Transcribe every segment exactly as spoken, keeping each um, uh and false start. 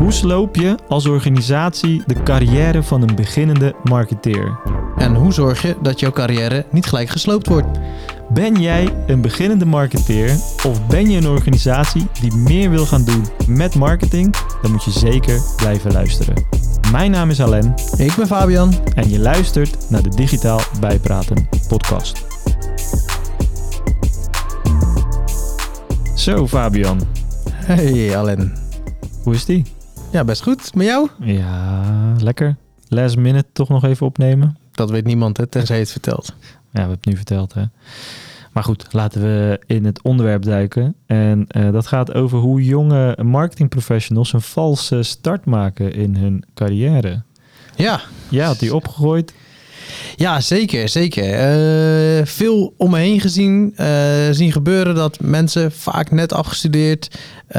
Hoe sloop je als organisatie de carrière van een beginnende marketeer? En hoe zorg je dat jouw carrière niet gelijk gesloopt wordt? Ben jij een beginnende marketeer of ben je een organisatie die meer wil gaan doen met marketing? Dan moet je zeker blijven luisteren. Mijn naam is Alain. Ik ben Fabian. En je luistert naar de Digitaal Bijpraten podcast. Zo Fabian. Hey Alain. Hoe is die? Ja, best goed. Met jou? Ja, lekker. Last minute toch nog even opnemen. Dat weet niemand, hè, tenzij je het vertelt. Ja, we hebben het nu verteld, hè. Maar goed, laten we in het onderwerp duiken. En uh, dat gaat over hoe jonge marketingprofessionals een valse start maken in hun carrière. Ja. Ja, had die opgegooid? Ja, zeker, zeker. Uh, veel om me heen gezien, uh, zien gebeuren dat mensen vaak net afgestudeerd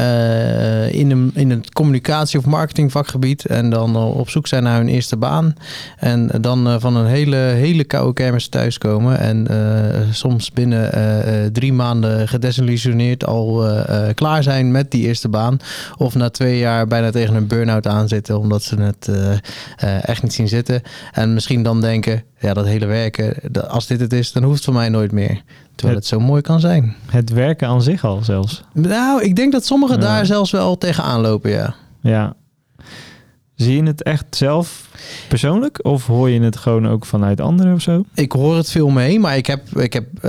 uh, in, een, in het communicatie- of marketingvakgebied en dan uh, op zoek zijn naar hun eerste baan. En dan uh, van een hele, hele koude kermis thuiskomen en uh, soms binnen uh, uh, drie maanden gedesillusioneerd al uh, uh, klaar zijn met die eerste baan. Of na twee jaar bijna tegen een burn-out aanzitten omdat ze het uh, uh, echt niet zien zitten. En misschien dan denken, ja, dat hele werken, als dit het is, dan hoeft het voor mij nooit meer. Terwijl het, het zo mooi kan zijn. Het werken aan zich al zelfs. Nou, ik denk dat sommigen ja. daar zelfs wel tegenaan lopen, ja. Ja. Zie je het echt zelf persoonlijk? Of hoor je het gewoon ook vanuit anderen of zo? Ik hoor het veel mee, maar ik heb, ik heb uh,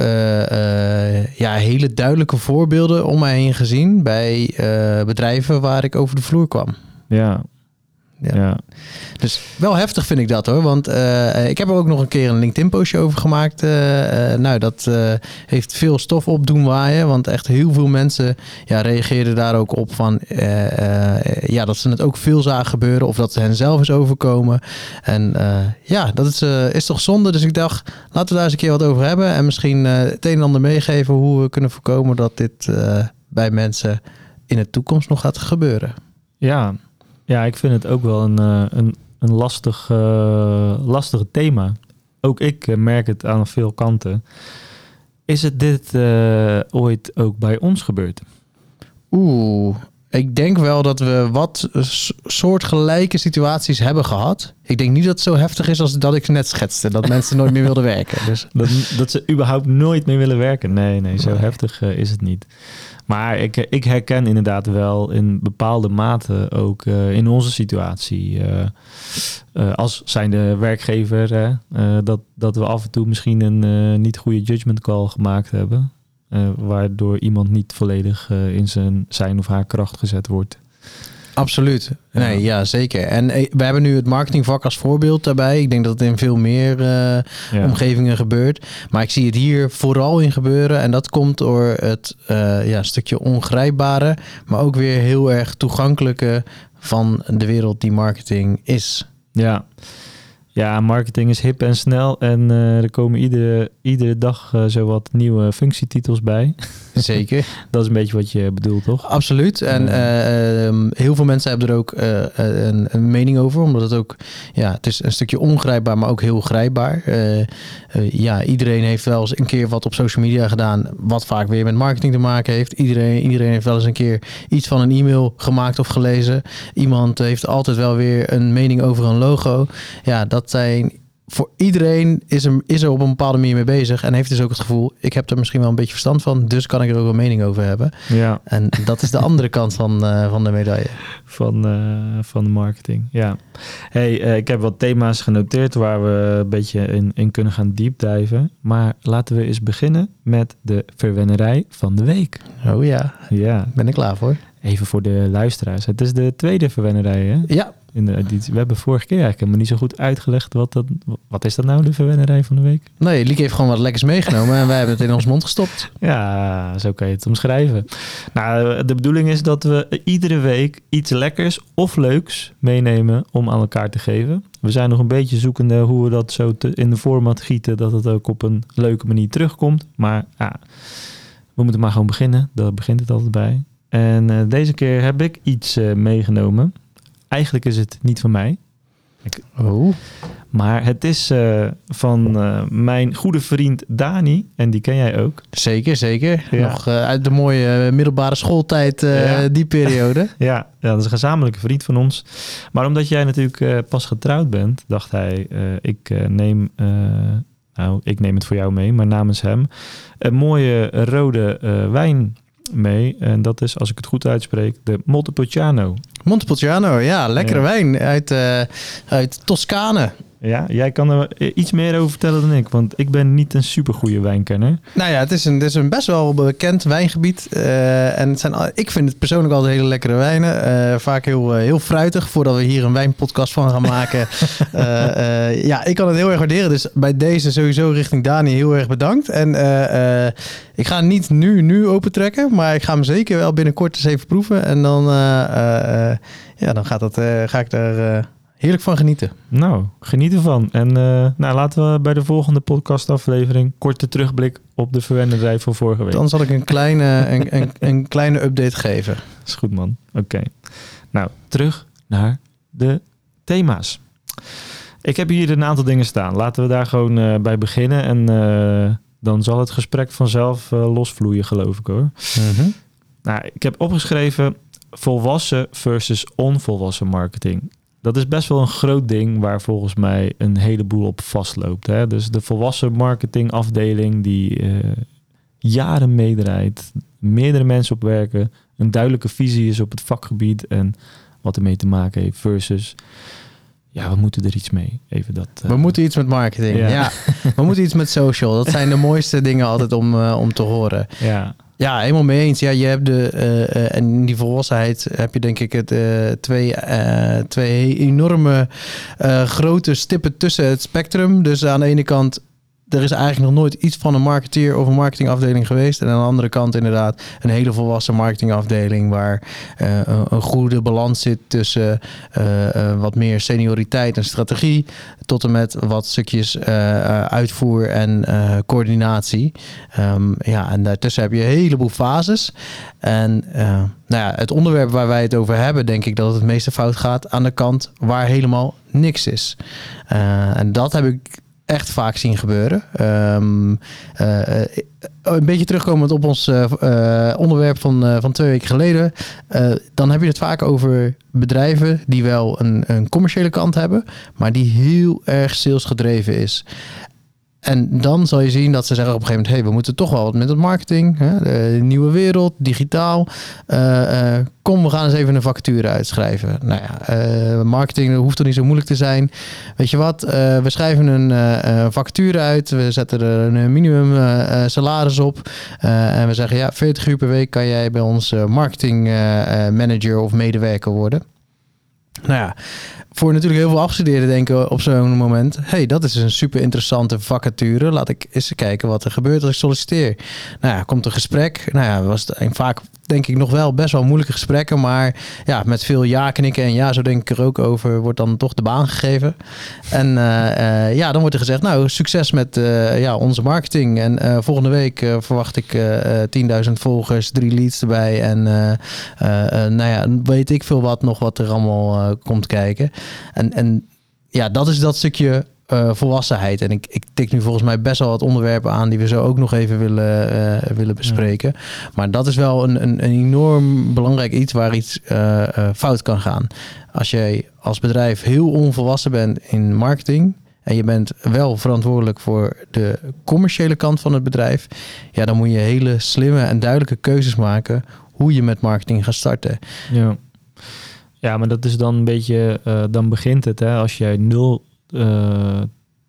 uh, ja, hele duidelijke voorbeelden om mij heen gezien bij uh, bedrijven waar ik over de vloer kwam. Ja. Ja. ja. Dus wel heftig vind ik dat hoor. Want uh, ik heb er ook nog een keer een LinkedIn postje over gemaakt. Uh, uh, nou, dat uh, heeft veel stof op doen waaien. Want echt heel veel mensen ja, reageerden daar ook op van uh, uh, ja, dat ze het ook veel zagen gebeuren. Of dat het hen zelf is overkomen. En uh, ja, dat is, uh, is toch zonde. Dus ik dacht, laten we daar eens een keer wat over hebben. En misschien uh, het een en ander meegeven hoe we kunnen voorkomen dat dit uh, bij mensen in de toekomst nog gaat gebeuren. Ja. Ja, ik vind het ook wel een, een, een lastig, uh, lastig thema. Ook ik merk het aan veel kanten. Is het dit uh, ooit ook bij ons gebeurd? Oeh, ik denk wel dat we wat soortgelijke situaties hebben gehad. Ik denk niet dat het zo heftig is als dat ik net schetste. Dat mensen nooit meer wilden werken. Dus. Dat, dat ze überhaupt nooit meer willen werken. Nee, nee, zo nee. heftig uh, is het niet. Maar ik, ik herken inderdaad wel in bepaalde mate ook uh, in onze situatie. Uh, uh, als zijnde werkgever, uh, uh, dat, dat we af en toe misschien een uh, niet goede judgment call gemaakt hebben. Uh, waardoor iemand niet volledig uh, in zijn, zijn of haar kracht gezet wordt. Absoluut. Nee, ja, zeker. En we hebben nu het marketingvak als voorbeeld daarbij. Ik denk dat het in veel meer uh, ja. omgevingen gebeurt. Maar ik zie het hier vooral in gebeuren. En dat komt door het uh, ja, stukje ongrijpbare, maar ook weer heel erg toegankelijke van de wereld die marketing is. Ja. Ja, marketing is hip en snel en uh, er komen iedere, iedere dag uh, zowat nieuwe functietitels bij. Zeker. Dat is een beetje wat je bedoelt, toch? Absoluut. En uh, uh, heel veel mensen hebben er ook uh, een, een mening over, omdat het ook, ja, het is een stukje ongrijpbaar, maar ook heel grijpbaar. Uh, uh, ja, iedereen heeft wel eens een keer wat op social media gedaan, wat vaak weer met marketing te maken heeft. Iedereen, iedereen heeft wel eens een keer iets van een e-mail gemaakt of gelezen. Iemand heeft altijd wel weer een mening over een logo. Ja, dat zijn voor iedereen is er, is er op een bepaalde manier mee bezig en heeft dus ook het gevoel, ik heb er misschien wel een beetje verstand van, dus kan ik er ook een mening over hebben. Ja. En dat is de andere kant van, uh, van de medaille. Van, uh, van de marketing, ja. Hey, uh, ik heb wat thema's genoteerd waar we een beetje in, in kunnen gaan deepdiven. Maar laten we eens beginnen met de verwennerij van de week. Oh ja, ja. Ben ik klaar voor. Even voor de luisteraars. Het is de tweede verwennerij, hè? Ja. In de editie. We hebben vorige keer eigenlijk helemaal niet zo goed uitgelegd wat dat, wat is dat nou, de verwennerij van de week? Nee, Lieke heeft gewoon wat lekkers meegenomen en wij hebben het in ons mond gestopt. Ja, zo kan je het omschrijven. Nou, de bedoeling is dat we iedere week iets lekkers of leuks meenemen om aan elkaar te geven. We zijn nog een beetje zoekende hoe we dat zo te, in de format gieten, dat het ook op een leuke manier terugkomt. Maar ja, we moeten maar gewoon beginnen. Daar begint het altijd bij. En uh, deze keer heb ik iets uh, meegenomen. Eigenlijk is het niet van mij. Ik, oh. Maar het is uh, van uh, mijn goede vriend Dani. En die ken jij ook. Zeker, zeker. Ja. Nog uh, uit de mooie uh, middelbare schooltijd, uh, ja. die periode. ja, ja, dat is een gezamenlijke vriend van ons. Maar omdat jij natuurlijk uh, pas getrouwd bent, dacht hij, uh, ik uh, neem... Uh, nou, ik neem het voor jou mee, maar namens hem een mooie rode uh, wijn mee. En dat is, als ik het goed uitspreek, de Montepulciano. Montepulciano, ja, lekkere ja. wijn uit, uh, uit Toscane. Ja, jij kan er iets meer over vertellen dan ik, want ik ben niet een supergoeie wijnkenner. Nou ja, het is een, het is een best wel bekend wijngebied. Uh, en het zijn, ik vind het persoonlijk altijd hele lekkere wijnen. Uh, vaak heel, uh, heel fruitig, voordat we hier een wijnpodcast van gaan maken. uh, uh, ja, ik kan het heel erg waarderen. Dus bij deze sowieso richting Dani heel erg bedankt. En uh, uh, ik ga hem niet nu, nu opentrekken, maar ik ga hem zeker wel binnenkort eens even proeven. En dan, uh, uh, ja, dan gaat dat, uh, ga ik daar... Uh, heerlijk van genieten. Nou, geniet ervan. En uh, nou, laten we bij de volgende podcastaflevering korte terugblik op de verwenderij van vorige week. Dan zal ik een kleine, een, een, een kleine update geven. Is goed, man. Oké. Okay. Nou, terug naar de thema's. Ik heb hier een aantal dingen staan. Laten we daar gewoon uh, bij beginnen. En uh, dan zal het gesprek vanzelf uh, losvloeien, geloof ik hoor. Mm-hmm. Nou, ik heb opgeschreven volwassen versus onvolwassen marketing. Dat is best wel een groot ding waar volgens mij een heleboel op vastloopt. Hè? Dus de volwassen marketingafdeling die uh, jaren meedraait, meerdere mensen op werken, een duidelijke visie is op het vakgebied en wat ermee te maken heeft versus... Ja, we moeten er iets mee. Even dat, uh... We moeten iets met marketing. Ja. ja. We moeten iets met social. Dat zijn de mooiste dingen altijd om, uh, om te horen. Ja. Ja, helemaal mee eens. Ja, je hebt de uh, uh, en in die volwassenheid heb je denk ik het uh, twee, uh, twee enorme uh, grote stippen tussen het spectrum. Dus aan de ene kant, er is eigenlijk nog nooit iets van een marketeer of een marketingafdeling geweest. En aan de andere kant inderdaad een hele volwassen marketingafdeling waar uh, een goede balans zit tussen uh, uh, wat meer senioriteit en strategie tot en met wat stukjes uh, uh, uitvoer en uh, coördinatie. Um, ja, en daartussen heb je een heleboel fases. En uh, nou ja, het onderwerp waar wij het over hebben, denk ik dat het het meeste fout gaat aan de kant waar helemaal niks is. Uh, en dat heb ik echt vaak zien gebeuren. Um, uh, een beetje terugkomend op ons uh, uh, onderwerp van, uh, van twee weken geleden. Uh, dan heb je het vaak over bedrijven die wel een, een commerciële kant hebben, maar die heel erg salesgedreven is. En dan zal je zien dat ze zeggen op een gegeven moment, hey, we moeten toch wel wat met het marketing, hè? De nieuwe wereld, digitaal. Uh, uh, kom, we gaan eens even een vacature uitschrijven. Nou ja, uh, marketing hoeft toch niet zo moeilijk te zijn. Weet je wat, uh, we schrijven een uh, vacature uit. We zetten er een minimum uh, salaris op. Uh, en we zeggen, ja, veertig uur per week kan jij bij ons uh, marketing uh, manager of medewerker worden. Nou ja, voor natuurlijk heel veel afgestudeerden denken op zo'n moment, hey, dat is een super interessante vacature. Laat ik eens kijken wat er gebeurt als ik solliciteer. Nou ja, komt een gesprek. Nou ja, was het vaak denk ik nog wel best wel moeilijke gesprekken, maar ja, met veel ja knikken en ja, zo denk ik er ook over, wordt dan toch de baan gegeven. En uh, uh, ja, dan wordt er gezegd, nou, succes met uh, ja, onze marketing. En uh, volgende week uh, verwacht ik uh, tienduizend volgers, drie leads erbij en uh, uh, uh, nou ja, weet ik veel wat nog wat er allemaal uh, komt kijken. En, en ja, dat is dat stukje Uh, volwassenheid. En ik, ik tik nu volgens mij best wel wat onderwerpen aan die we zo ook nog even willen, uh, willen bespreken. Ja. Maar dat is wel een, een, een enorm belangrijk iets waar iets uh, uh, fout kan gaan. Als jij als bedrijf heel onvolwassen bent in marketing en je bent wel verantwoordelijk voor de commerciële kant van het bedrijf, ja, dan moet je hele slimme en duidelijke keuzes maken hoe je met marketing gaat starten. Ja, ja, maar dat is dan een beetje, uh, dan begint het, hè, als jij nul Uh,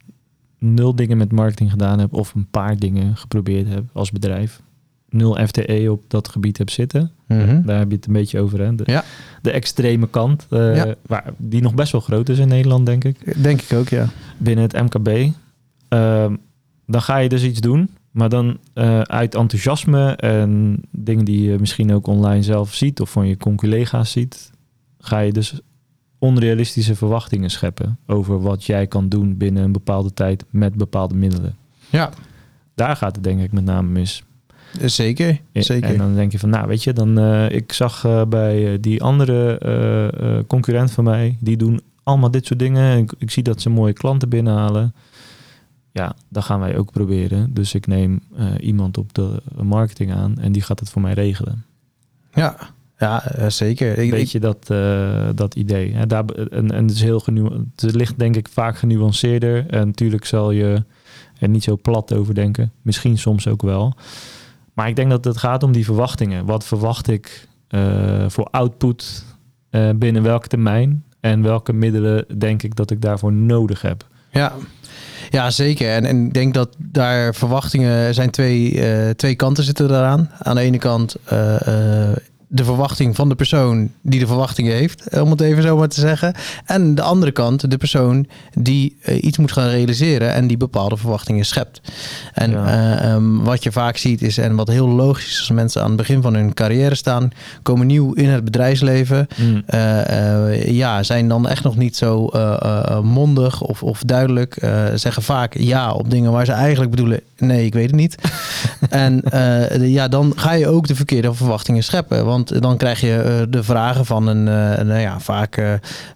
nul dingen met marketing gedaan heb of een paar dingen geprobeerd heb als bedrijf. Nul F T E op dat gebied heb zitten. Mm-hmm. Daar heb je het een beetje over. Hè? De, ja. de extreme kant. Uh, ja. waar, die nog best wel groot is in Nederland, denk ik. Denk ik ook, ja. Binnen het M K B. Uh, dan ga je dus iets doen. Maar dan uh, uit enthousiasme en dingen die je misschien ook online zelf ziet of van je conculega's ziet, ga je dus onrealistische verwachtingen scheppen over wat jij kan doen binnen een bepaalde tijd met bepaalde middelen. Ja. Daar gaat het denk ik met name mis. Zeker, zeker. En dan denk je van, nou weet je, dan uh, ik zag uh, bij uh, die andere uh, uh, concurrent van mij, die doen allemaal dit soort dingen. Ik, ik zie dat ze mooie klanten binnenhalen. Ja, dat gaan wij ook proberen. Dus ik neem uh, iemand op de marketing aan en die gaat het voor mij regelen. Ja, ja zeker. Ik, Weet je dat, uh, dat idee? Hè? Daar, en, en het is heel genu- het ligt denk ik vaak genuanceerder. En natuurlijk zal je er niet zo plat over denken. Misschien soms ook wel. Maar ik denk dat het gaat om die verwachtingen. Wat verwacht ik uh, voor output uh, binnen welke termijn? En welke middelen denk ik dat ik daarvoor nodig heb? Ja. Ja, zeker. En, en ik denk dat daar verwachtingen zijn twee, uh, twee kanten zitten daaraan. Aan de ene kant uh, uh, de verwachting van de persoon die de verwachtingen heeft, om het even zo maar te zeggen. En de andere kant, de persoon die uh, iets moet gaan realiseren en die bepaalde verwachtingen schept. En ja. uh, um, wat je vaak ziet is, en wat heel logisch is als mensen aan het begin van hun carrière staan, komen nieuw in het bedrijfsleven, mm. uh, uh, ja, zijn dan echt nog niet zo uh, uh, mondig of, of duidelijk, uh, zeggen vaak ja op dingen waar ze eigenlijk bedoelen, nee, ik weet het niet. En uh, ja, dan ga je ook de verkeerde verwachtingen scheppen. Want dan krijg je uh, de vragen van een, uh, nou ja, vaak uh,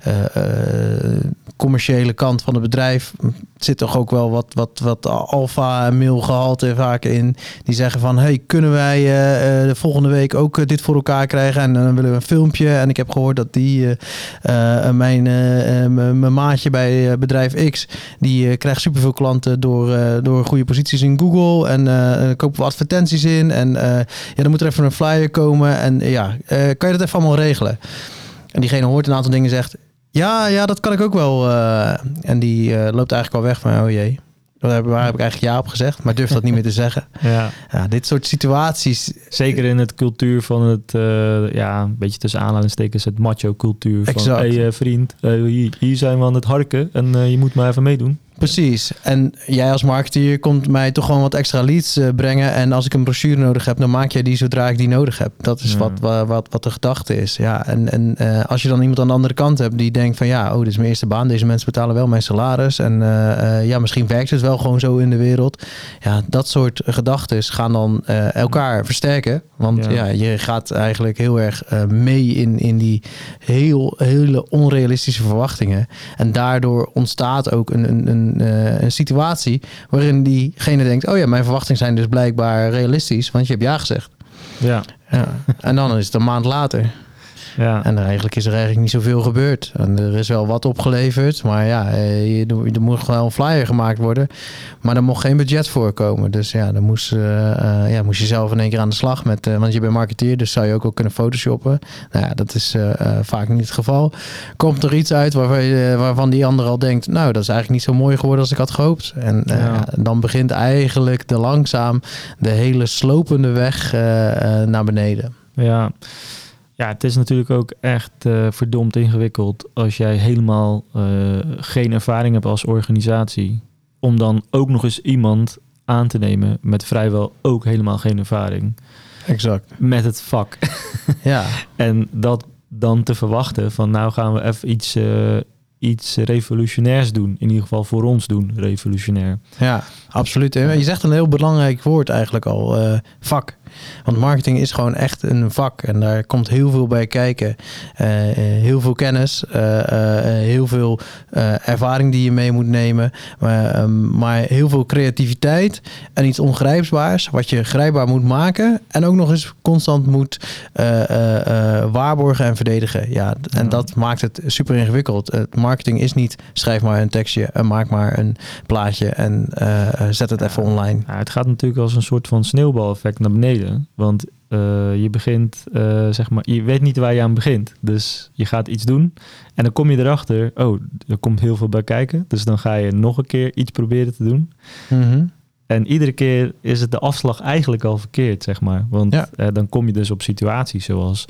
uh, commerciële kant van het bedrijf. Er zit toch ook wel wat, wat, wat alfa-mail gehalte vaak in. Die zeggen van, hey, kunnen wij uh, de volgende week ook uh, dit voor elkaar krijgen? En dan uh, willen we een filmpje. En ik heb gehoord dat die, uh, uh, mijn, uh, mijn maatje bij uh, bedrijf X, die uh, krijgt superveel klanten door, uh, door goede posities in Google. En uh, kopen we advertenties in. En uh, ja, dan moet er even een flyer komen. En uh, ja, uh, kan je dat even allemaal regelen? En diegene hoort een aantal dingen, zegt, ja, ja, dat kan ik ook wel. Uh, en die uh, loopt eigenlijk al weg van, oh jee, waar heb, waar heb ik eigenlijk ja op gezegd, maar durf dat niet meer te zeggen. Ja. Ja, dit soort situaties. Zeker in het cultuur van het, uh, ja, een beetje tussen aanhalingstekens, het macho cultuur. Van, exact. Hey uh, vriend, uh, hier, hier zijn we aan het harken en uh, je moet maar even meedoen. Precies. En jij als marketeer komt mij toch gewoon wat extra leads uh, brengen. En als ik een brochure nodig heb, dan maak jij die zodra ik die nodig heb. Dat is ja. wat, wat, wat, wat de gedachte is. Ja, en en uh, als je dan iemand aan de andere kant hebt die denkt van ja, oh, dit is mijn eerste baan. Deze mensen betalen wel mijn salaris. En uh, uh, ja, misschien werkt het wel gewoon zo in de wereld. Ja, dat soort gedachten gaan dan uh, elkaar versterken. Want ja. ja, je gaat eigenlijk heel erg uh, mee in, in die heel, hele onrealistische verwachtingen. En daardoor ontstaat ook een, een, een Uh, een situatie waarin diegene denkt, oh ja, mijn verwachtingen zijn dus blijkbaar realistisch, want je hebt ja gezegd. Ja. Ja. En dan is het een maand later. Ja. En eigenlijk is er eigenlijk niet zoveel gebeurd. En er is wel wat opgeleverd, maar ja, je, er moet wel een flyer gemaakt worden. Maar er mocht geen budget voor komen. Dus ja, dan moest, uh, uh, ja, moest je zelf in één keer aan de slag met, uh, want je bent marketeer, dus zou je ook wel kunnen photoshoppen. Nou ja, dat is uh, uh, vaak niet het geval. Komt er iets uit waarvan, je, waarvan die ander al denkt, nou, dat is eigenlijk niet zo mooi geworden als ik had gehoopt. En uh, ja. dan begint eigenlijk de langzaam de hele slopende weg uh, uh, naar beneden. Ja. Ja, het is natuurlijk ook echt uh, verdomd ingewikkeld als jij helemaal uh, geen ervaring hebt als organisatie. Om dan ook nog eens iemand aan te nemen met vrijwel ook helemaal geen ervaring. Exact. Met het vak. Ja. En dat dan te verwachten van nou gaan we even iets, uh, iets revolutionairs doen. In ieder geval voor ons doen, revolutionair. Ja, absoluut. Je zegt een heel belangrijk woord eigenlijk al, uh, vak. Want marketing is gewoon echt een vak en daar komt heel veel bij kijken. Uh, heel veel kennis, uh, uh, heel veel uh, ervaring die je mee moet nemen. Maar, um, maar heel veel creativiteit en iets ongrijpbaars wat je grijpbaar moet maken. En ook nog eens constant moet uh, uh, uh, waarborgen en verdedigen. Ja, en ja. dat maakt het super ingewikkeld. Uh, marketing is niet schrijf maar een tekstje en maak maar een plaatje en uh, zet het ja. even online. Ja, het gaat natuurlijk als een soort van sneeuwbaleffect naar beneden. Want uh, je begint, uh, zeg maar, je weet niet waar je aan begint. Dus je gaat iets doen en dan kom je erachter, oh, er komt heel veel bij kijken. Dus dan ga je nog een keer iets proberen te doen. Mm-hmm. En iedere keer is het de afslag eigenlijk al verkeerd, zeg maar. Want ja. uh, dan kom je dus op situaties zoals,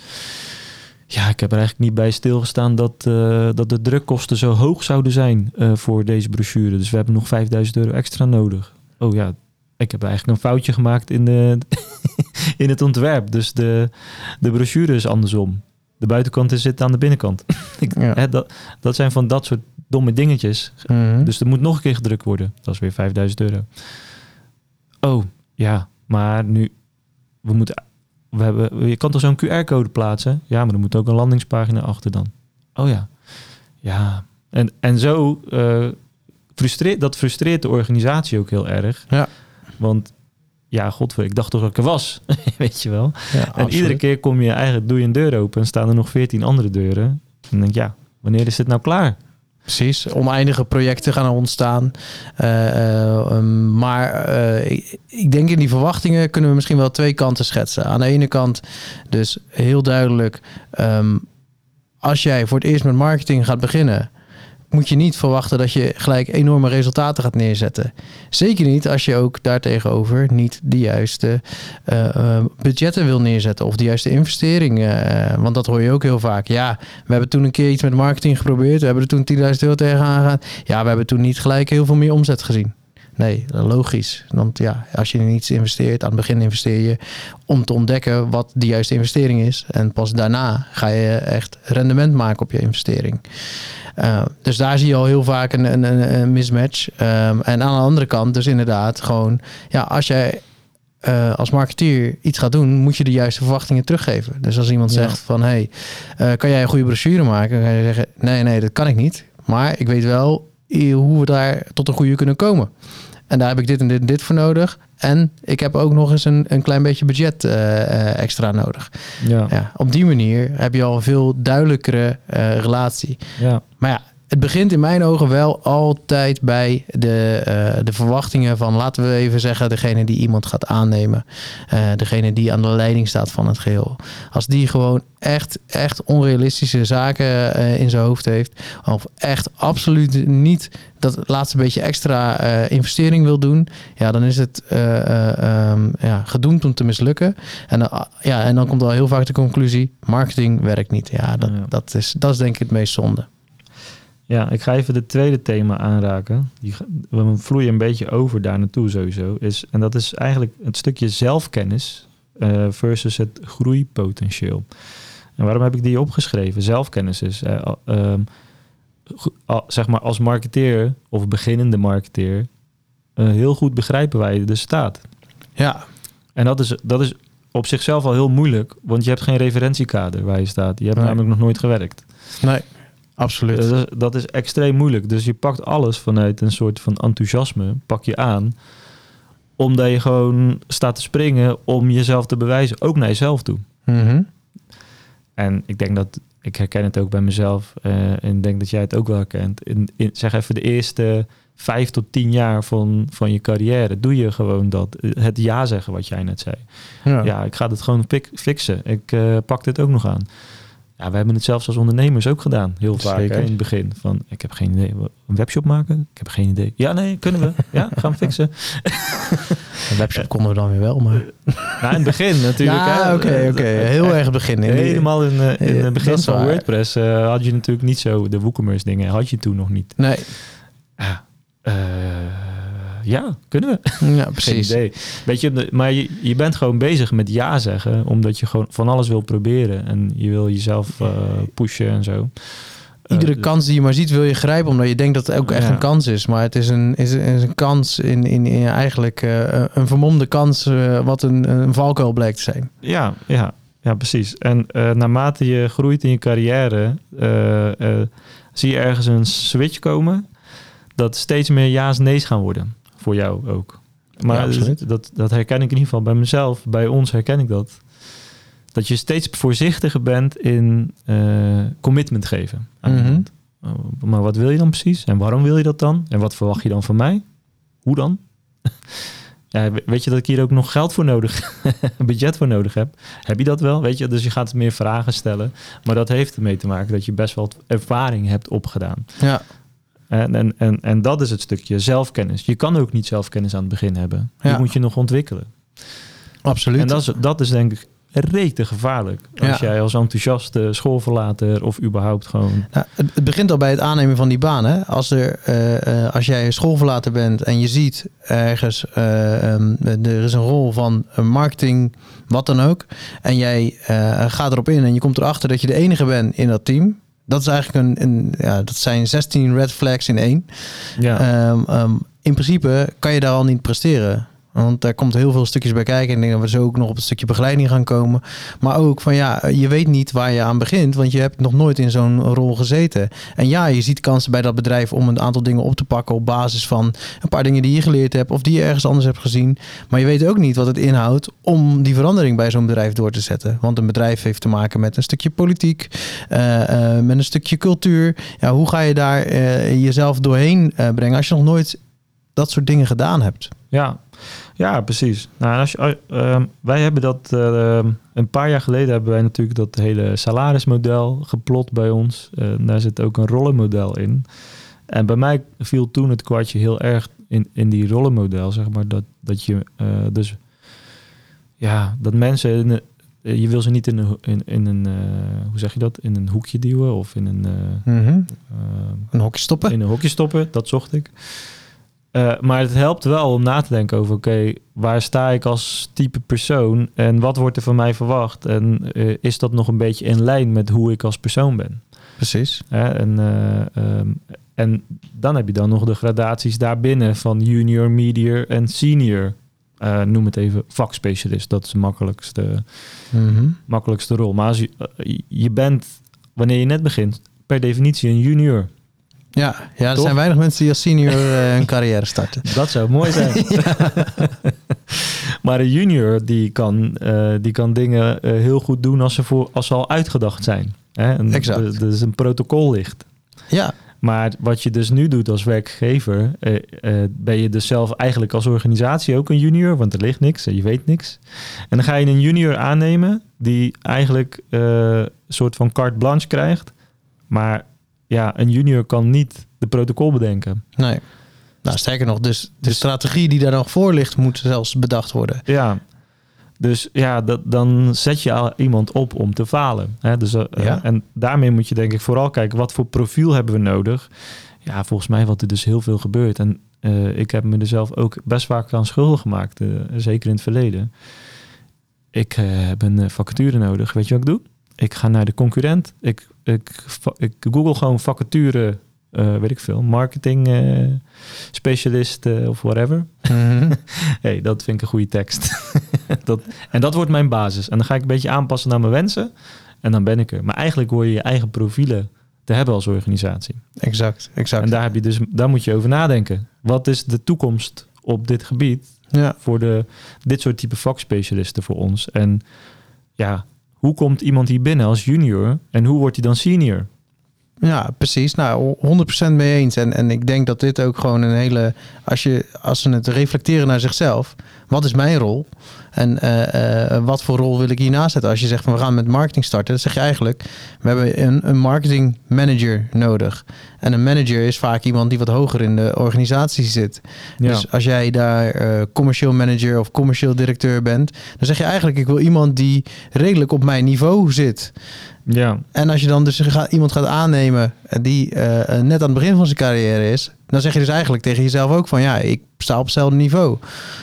ja, ik heb er eigenlijk niet bij stilgestaan dat, uh, dat de drukkosten zo hoog zouden zijn uh, voor deze brochure. Dus we hebben nog vijfduizend euro extra nodig. Oh ja, ik heb eigenlijk een foutje gemaakt in, de, in het ontwerp. Dus de, de brochure is andersom. De buitenkant zit aan de binnenkant. ik, ja. hè, dat, dat zijn van dat soort domme dingetjes. Mm-hmm. Dus er moet nog een keer gedrukt worden. Dat is weer vijfduizend euro. Oh, ja. Maar nu... We moeten, we hebben, je kan toch zo'n Q R-code plaatsen? Ja, maar er moet ook een landingspagina achter dan. Oh ja. Ja, En, en zo uh, frustreert, dat frustreert de organisatie ook heel erg. Ja. Want ja, godver, ik dacht toch dat ik er was. Weet je wel. Ja, en absoluut. iedere keer kom je eigenlijk, doe je een deur open en staan er nog veertien andere deuren. En dan denk ik, ja, wanneer is dit nou klaar? Precies, oneindige projecten gaan er ontstaan. Uh, uh, um, maar uh, ik, ik denk in die verwachtingen kunnen we misschien wel twee kanten schetsen. Aan de ene kant dus heel duidelijk, um, als jij voor het eerst met marketing gaat beginnen, moet je niet verwachten dat je gelijk enorme resultaten gaat neerzetten. Zeker niet als je ook daartegenover niet de juiste uh, uh, budgetten wil neerzetten of de juiste investeringen. Uh, want dat hoor je ook heel vaak. Ja, we hebben toen een keer iets met marketing geprobeerd. We hebben er toen tienduizend euro tegenaan gegaan. Ja, we hebben toen niet gelijk heel veel meer omzet gezien. Nee, logisch. Want ja, als je in iets investeert, aan het begin investeer je om te ontdekken wat de juiste investering is. En pas daarna ga je echt rendement maken op je investering. Uh, dus daar zie je al heel vaak een, een, een mismatch. Um, en aan de andere kant dus inderdaad gewoon, ja, als jij uh, als marketeer iets gaat doen, moet je de juiste verwachtingen teruggeven. Dus als iemand ja. zegt van, hey, uh, kan jij een goede brochure maken? Dan ga je zeggen, nee, nee, dat kan ik niet. Maar ik weet wel hoe we daar tot een goede kunnen komen. En daar heb ik dit en dit en dit voor nodig. En ik heb ook nog eens een, een klein beetje budget uh, uh, extra nodig. Ja. Ja, op die manier heb je al een veel duidelijkere uh, relatie. Ja. Maar ja, het begint in mijn ogen wel altijd bij de, uh, de verwachtingen van, laten we even zeggen, degene die iemand gaat aannemen. Uh, degene die aan de leiding staat van het geheel. Als die gewoon echt, echt onrealistische zaken uh, in zijn hoofd heeft. Of echt absoluut niet dat laatste beetje extra uh, investering wil doen. Ja, dan is het uh, uh, um, ja, gedoemd om te mislukken. En, uh, ja, en dan komt al heel vaak de conclusie, marketing werkt niet. Ja, dat, ja. dat, is, dat is denk ik het meest zonde. Ja, ik ga even de tweede thema aanraken. Die, we vloeien een beetje over daar naartoe sowieso. Is, en dat is eigenlijk het stukje zelfkennis uh, versus het groeipotentieel. En waarom heb ik die opgeschreven? Zelfkennis is, uh, uh, uh, zeg maar als marketeer of beginnende marketeer, uh, heel goed begrijpen waar je dus staat. Ja. En dat is, dat is op zichzelf al heel moeilijk, want je hebt geen referentiekader waar je staat. Je hebt nee. namelijk nog nooit gewerkt. Nee. Absoluut. Dat is, dat is extreem moeilijk. Dus je pakt alles vanuit een soort van enthousiasme, pak je aan, omdat je gewoon staat te springen om jezelf te bewijzen, ook naar jezelf toe. Mm-hmm. En ik denk dat, ik herken het ook bij mezelf, uh, en ik denk dat jij het ook wel herkent. In, in, zeg even de eerste vijf tot tien jaar van, van je carrière doe je gewoon dat. Het ja zeggen wat jij net zei. Ja, ja ik ga het gewoon pik, fixen. Ik uh, pak dit ook nog aan. Ja, we hebben het zelfs als ondernemers ook gedaan. Heel vaak hè, in het begin. Van, ik heb geen idee. Een webshop maken? Ik heb geen idee. Ja, nee, kunnen we. Ja, gaan we fixen. Een webshop konden we dan weer wel, maar... Nou, in het begin natuurlijk. Ja, oké, oké. Okay. Heel erg het begin. In Helemaal in, uh, in het begin van waar. WordPress uh, had je natuurlijk niet zo... De WooCommerce dingen had je toen nog niet. Nee. Ah, uh, ja, kunnen we. Ja, precies. Geen idee. Weet je, maar je, je bent gewoon bezig met ja zeggen, omdat je gewoon van alles wil proberen en je wil jezelf uh, pushen en zo. Iedere uh, kans die je maar ziet wil je grijpen, omdat je denkt dat het ook echt ja. een kans is. Maar het is een, is een, is een kans in, in, in eigenlijk uh, een vermomde kans uh, wat een, een valkuil blijkt te zijn. Ja, ja, ja precies. En uh, naarmate je groeit in je carrière, uh, uh, zie je ergens een switch komen dat steeds meer ja's nee's gaan worden. Voor jou ook. Maar ja, dat, dat herken ik in ieder geval bij mezelf. Bij ons herken ik dat. Dat je steeds voorzichtiger bent in uh, commitment geven aan mm-hmm. iemand. Uh, maar wat wil je dan precies? En waarom wil je dat dan? En wat verwacht je dan van mij? Hoe dan? Ja, weet je dat ik hier ook nog geld voor nodig, een budget voor nodig heb? Heb je dat wel? Weet je, dus je gaat meer vragen stellen. Maar dat heeft ermee te maken dat je best wel ervaring hebt opgedaan. Ja. En, en, en, en dat is het stukje zelfkennis. Je kan ook niet zelfkennis aan het begin hebben. Die ja. moet je nog ontwikkelen. Absoluut. En dat is, dat is denk ik rete gevaarlijk. Als ja. jij als enthousiaste schoolverlater of überhaupt gewoon... Nou, het, het begint al bij het aannemen van die baan. Hè? Als, er, uh, uh, als jij schoolverlater bent en je ziet ergens... Uh, um, er is een rol van marketing, wat dan ook. En jij uh, gaat erop in en je komt erachter dat je de enige bent in dat team... Dat is eigenlijk een, een ja, dat zijn zestien red flags in één. Ja. Um, um, in principe kan je daar al niet presteren. Want daar komt heel veel stukjes bij kijken. En ik denk dat we zo ook nog op het stukje begeleiding gaan komen. Maar ook van ja, je weet niet waar je aan begint. Want je hebt nog nooit in zo'n rol gezeten. En ja, je ziet kansen bij dat bedrijf om een aantal dingen op te pakken op basis van een paar dingen die je geleerd hebt of die je ergens anders hebt gezien. Maar je weet ook niet wat het inhoudt om die verandering bij zo'n bedrijf door te zetten. Want een bedrijf heeft te maken met een stukje politiek, uh, uh, met een stukje cultuur. Ja, hoe ga je daar uh, jezelf doorheen uh, brengen als je nog nooit dat soort dingen gedaan hebt? Ja, ja precies. Nou, als je, uh, wij hebben dat uh, een paar jaar geleden hebben wij natuurlijk dat hele salarismodel geplot bij ons. Uh, daar zit ook een rollenmodel in. En bij mij viel toen het kwartje heel erg in, in die rollenmodel, zeg maar, dat, dat je uh, dus ja, dat mensen in een, je wil ze niet in een, in, in een uh, hoe zeg je dat, in een hoekje duwen of in een uh, mm-hmm. uh, een hokje stoppen. In een hokje stoppen, dat zocht ik. Uh, maar het helpt wel om na te denken over, oké, okay, waar sta ik als type persoon en wat wordt er van mij verwacht? En uh, is dat nog een beetje in lijn met hoe ik als persoon ben? Precies. Uh, en, uh, um, en dan heb je dan nog de gradaties daarbinnen van junior, medior en senior. Uh, noem het even vakspecialist. Dat is de makkelijkste, mm-hmm. makkelijkste rol. Maar als je, uh, je bent, wanneer je net begint, per definitie een junior. Ja, ja er Toch? zijn weinig mensen die als senior uh, hun carrière starten. Dat zou mooi zijn. Ja. Maar een junior die kan, uh, die kan dingen uh, heel goed doen als ze, voor, als ze al uitgedacht zijn. Hè? En exact. Er is een protocol ligt. Ja. Maar wat je dus nu doet als werkgever, uh, uh, ben je dus zelf eigenlijk als organisatie ook een junior, want er ligt niks en je weet niks. En dan ga je een junior aannemen die eigenlijk uh, een soort van carte blanche krijgt. Maar ja, een junior kan niet de protocol bedenken. Nee. Nou, sterker nog, dus de dus, strategie die daar nog voor ligt, moet zelfs bedacht worden. Ja, dus ja, dat, dan zet je al iemand op om te falen. Hè? Dus, uh, ja. En daarmee moet je denk ik vooral kijken, wat voor profiel hebben we nodig? Ja, volgens mij wat er dus heel veel gebeurt. En uh, ik heb me er zelf ook best vaak aan schuldig gemaakt, uh, zeker in het verleden. Ik uh, heb een vacature nodig. Weet je wat ik doe? Ik ga naar de concurrent. Ik, ik, ik google gewoon vacature, uh, weet ik veel, marketing uh, specialist uh, of whatever. Mm-hmm. Hey, dat vind ik een goede tekst. dat, en dat wordt mijn basis. En dan ga ik een beetje aanpassen naar mijn wensen. En dan ben ik er. Maar eigenlijk hoor je je eigen profielen te hebben als organisatie. Exact, exact. En daar, heb je dus, daar moet je over nadenken. Wat is de toekomst op dit gebied ja. voor de, dit soort type vakspecialisten voor ons? En ja, hoe komt iemand hier binnen als junior en hoe wordt hij dan senior? Ja, precies. Nou, honderd procent mee eens. En, en ik denk dat dit ook gewoon een hele... Als, je, als ze het reflecteren naar zichzelf. Wat is mijn rol? En uh, uh, wat voor rol wil ik hiernaast zetten? Als je zegt van we gaan met marketing starten. Dan zeg je eigenlijk, we hebben een, een marketing manager nodig. En een manager is vaak iemand die wat hoger in de organisatie zit. Ja. Dus als jij daar uh, commercieel manager of commercieel directeur bent. Dan zeg je eigenlijk, ik wil iemand die redelijk op mijn niveau zit. Ja. En als je dan dus gaat, iemand gaat aannemen die uh, net aan het begin van zijn carrière is, dan zeg je dus eigenlijk tegen jezelf ook van ja, ik sta op hetzelfde niveau.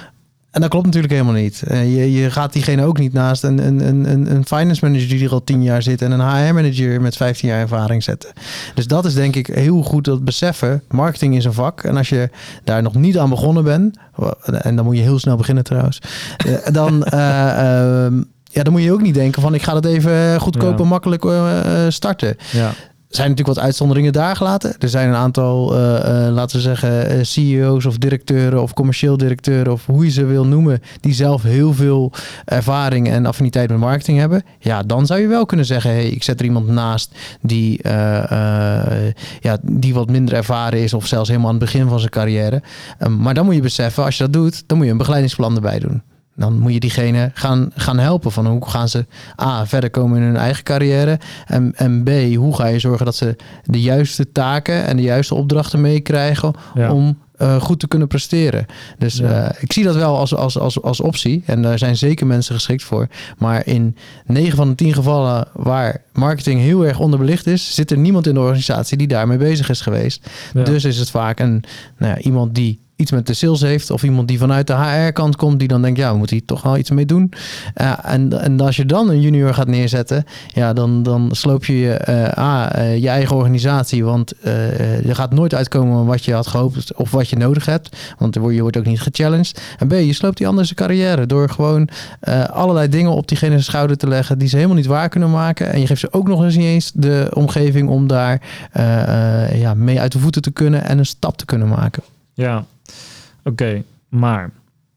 En dat klopt natuurlijk helemaal niet. Uh, je, je gaat diegene ook niet naast een, een, een, een finance manager die er al tien jaar zit en een H R manager met vijftien jaar ervaring zetten. Dus dat is denk ik heel goed dat beseffen. Marketing is een vak. En als je daar nog niet aan begonnen bent, en dan moet je heel snel beginnen trouwens, uh, dan... Uh, uh, Ja, dan moet je ook niet denken van ik ga het even goedkoop en ja. makkelijk uh, starten. Ja. Er zijn natuurlijk wat uitzonderingen daar gelaten. Er zijn een aantal, uh, uh, laten we zeggen, uh, C E O's of directeuren of commercieel directeuren of hoe je ze wil noemen, die zelf heel veel ervaring en affiniteit met marketing hebben. Ja, dan zou je wel kunnen zeggen, hey, ik zet er iemand naast die, uh, uh, ja, die wat minder ervaren is of zelfs helemaal aan het begin van zijn carrière. Um, maar dan moet je beseffen, als je dat doet, dan moet je een begeleidingsplan erbij doen. Dan moet je diegene gaan, gaan helpen van hoe gaan ze A, verder komen in hun eigen carrière. En, en B, hoe ga je zorgen dat ze de juiste taken en de juiste opdrachten meekrijgen ja. om uh, goed te kunnen presteren. Dus ja. uh, ik zie dat wel als, als, als, als optie. En daar zijn zeker mensen geschikt voor. Maar in negen van de tien gevallen waar marketing heel erg onderbelicht is, zit er niemand in de organisatie die daarmee bezig is geweest. Ja. Dus is het vaak een, nou ja, iemand die iets met de sales heeft of iemand die vanuit de H R-kant komt die dan denkt, ja, we moeten hier toch wel iets mee doen. Uh, en, en als je dan een junior gaat neerzetten, ja, dan, dan sloop je uh, A, uh, je eigen organisatie, want uh, je gaat nooit uitkomen wat je had gehoopt of wat je nodig hebt, want je wordt ook niet gechallenged. En B, je sloopt die andere zijn carrière door gewoon uh, allerlei dingen op diegene zijn schouder te leggen die ze helemaal niet waar kunnen maken. En je geeft ze ook nog eens niet eens de omgeving om daar uh, uh, ja, mee uit de voeten te kunnen en een stap te kunnen maken. Ja, oké. Okay, maar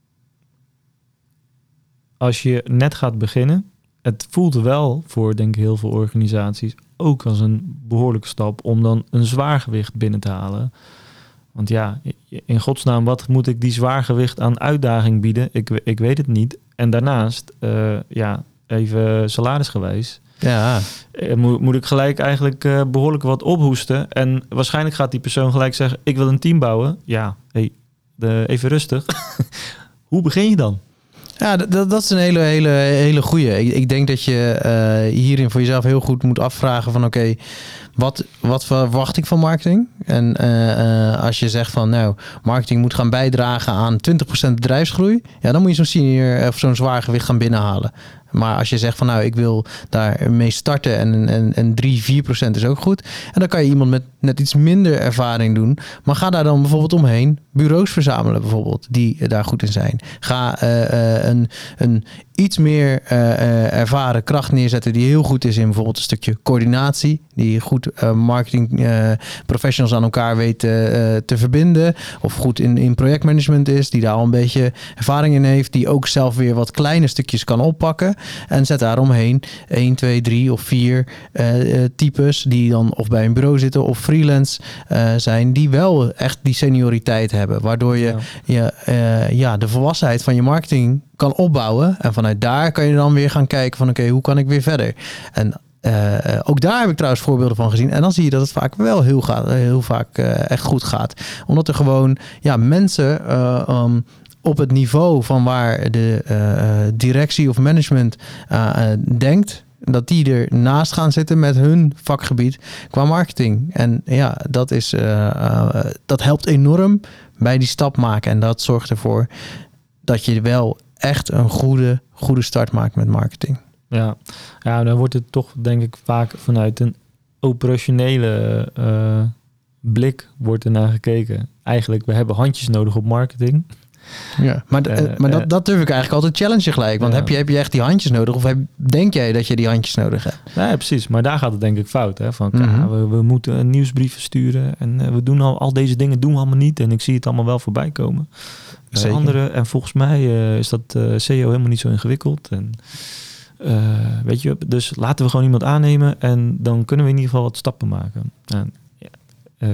als je net gaat beginnen, het voelt wel voor, denk ik, heel veel organisaties ook als een behoorlijke stap om dan een zwaargewicht binnen te halen. Want ja, in godsnaam, wat moet ik die zwaargewicht aan uitdaging bieden? Ik, ik weet het niet. En daarnaast, uh, ja, even salarisgewijs, ja. uh, moet, moet ik gelijk eigenlijk uh, behoorlijk wat ophoesten. En waarschijnlijk gaat die persoon gelijk zeggen, ik wil een team bouwen. Ja, hey, de, even rustig. Hoe begin je dan? Ja, dat, dat is een hele, hele, hele goeie. Ik, ik denk dat je uh, hierin voor jezelf heel goed moet afvragen van oké, okay, wat, wat verwacht ik van marketing? En uh, uh, als je zegt van nou, marketing moet gaan bijdragen aan twintig procent bedrijfsgroei, ja, dan moet je zo'n senior of zo'n zwaargewicht gaan binnenhalen. Maar als je zegt van nou, ik wil daar mee starten en, en, en drie, vier procent is ook goed. En dan kan je iemand met net iets minder ervaring doen. Maar ga daar dan bijvoorbeeld omheen bureaus verzamelen bijvoorbeeld, die daar goed in zijn. Ga uh, uh, een, een iets meer uh, uh, ervaren kracht neerzetten die heel goed is in bijvoorbeeld een stukje coördinatie. Die goed uh, marketing uh, professionals aan elkaar weet uh, te verbinden. Of goed in, in projectmanagement is, die daar al een beetje ervaring in heeft. Die ook zelf weer wat kleine stukjes kan oppakken. En zet daaromheen één, twee, drie of vier uh, types die dan of bij een bureau zitten of freelance uh, zijn. Die wel echt die senioriteit hebben. Waardoor je, ja. je uh, ja, de volwassenheid van je marketing kan opbouwen. En vanuit daar kan je dan weer gaan kijken van oké, okay, hoe kan ik weer verder? En Uh, ook daar heb ik trouwens voorbeelden van gezien. En dan zie je dat het vaak wel heel, gaat, heel vaak uh, echt goed gaat. Omdat er gewoon ja, mensen uh, um, op het niveau van waar de uh, directie of management uh, uh, denkt, dat die er naast gaan zitten met hun vakgebied qua marketing. En ja, dat, is, uh, uh, dat helpt enorm bij die stap maken. En dat zorgt ervoor dat je wel echt een goede, goede start maakt met marketing. Ja. ja, dan wordt het toch denk ik vaak vanuit een operationele uh, blik wordt ernaar gekeken. Eigenlijk, we hebben handjes nodig op marketing. Ja, maar, uh, maar dat, dat durf ik eigenlijk altijd challengen gelijk. Want ja. heb, je, heb je echt die handjes nodig? Of heb, denk jij dat je die handjes nodig hebt? Ja, precies. Maar daar gaat het denk ik fout. Hè? Van, mm-hmm. ja, we, we moeten een nieuwsbrief versturen. En uh, we doen al, al deze dingen doen we allemaal niet. En ik zie het allemaal wel voorbij komen. Uh, andere, en volgens mij uh, is dat uh, S E O helemaal niet zo ingewikkeld. En Uh, weet je, dus laten we gewoon iemand aannemen en dan kunnen we in ieder geval wat stappen maken. En, uh,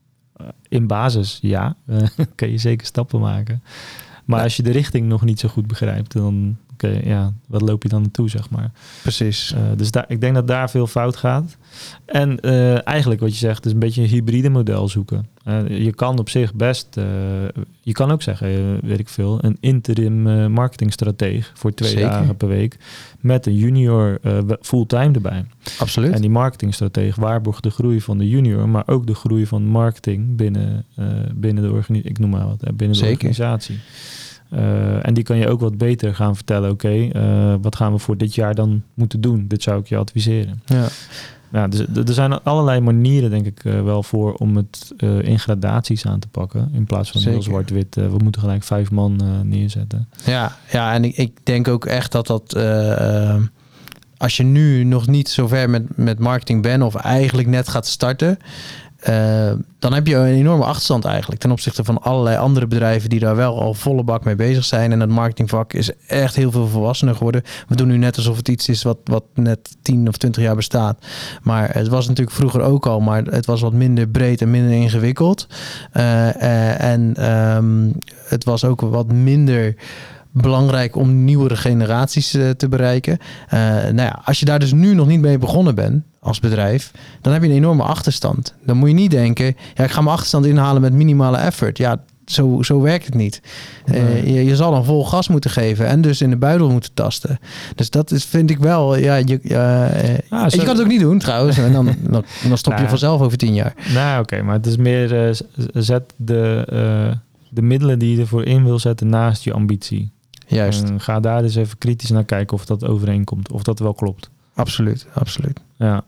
in basis, ja, uh, kun je zeker stappen maken. Maar ja. als je de richting nog niet zo goed begrijpt, dan okay, ja, wat loop je dan naartoe, zeg maar. Precies. Uh, dus daar, ik denk dat daar veel fout gaat. En uh, eigenlijk wat je zegt, is een beetje een hybride model zoeken. Uh, je kan op zich best, uh, je kan ook zeggen, uh, weet ik veel, een interim uh, marketingstrateeg voor twee Zeker. dagen per week met een junior uh, fulltime erbij. Absoluut. En die marketingstrateeg waarborgt de groei van de junior, maar ook de groei van marketing binnen, uh, binnen de organisatie. Ik noem maar wat, uh, binnen de Zeker. organisatie. Uh, en die kan je ook wat beter gaan vertellen. Oké, okay, uh, wat gaan we voor dit jaar dan moeten doen? Dit zou ik je adviseren. Ja. Ja, dus, er zijn allerlei manieren, denk ik, uh, wel voor om het uh, in gradaties aan te pakken. In plaats van heel zwart-wit. Uh, we moeten gelijk vijf man uh, neerzetten. Ja, ja, en ik, ik denk ook echt dat dat... Uh, als je nu nog niet zo ver met, met marketing bent of eigenlijk net gaat starten, Uh, dan heb je een enorme achterstand eigenlijk ten opzichte van allerlei andere bedrijven die daar wel al volle bak mee bezig zijn. En het marketingvak is echt heel veel volwassener geworden. We doen nu net alsof het iets is wat, wat net tien of twintig jaar bestaat. Maar het was natuurlijk vroeger ook al, maar het was wat minder breed en minder ingewikkeld. Uh, uh, en um, het was ook wat minder belangrijk om nieuwere generaties uh, te bereiken. Uh, nou ja, als je daar dus nu nog niet mee begonnen bent als bedrijf, dan heb je een enorme achterstand. Dan moet je niet denken, ja, ik ga mijn achterstand inhalen met minimale effort. Ja, zo, zo werkt het niet. Nee. Uh, je, je zal dan vol gas moeten geven en dus in de buidel moeten tasten. Dus dat is, vind ik wel, ja, je, uh, ah, je kan het ook niet doen trouwens. En dan, dan, dan stop je nou, vanzelf over tien jaar. Nou, oké, okay, maar het is meer uh, zet de uh, de middelen die je ervoor in wil zetten naast je ambitie. Juist. En ga daar dus even kritisch naar kijken of dat overeenkomt. Of dat wel klopt. Absoluut, absoluut. Ja.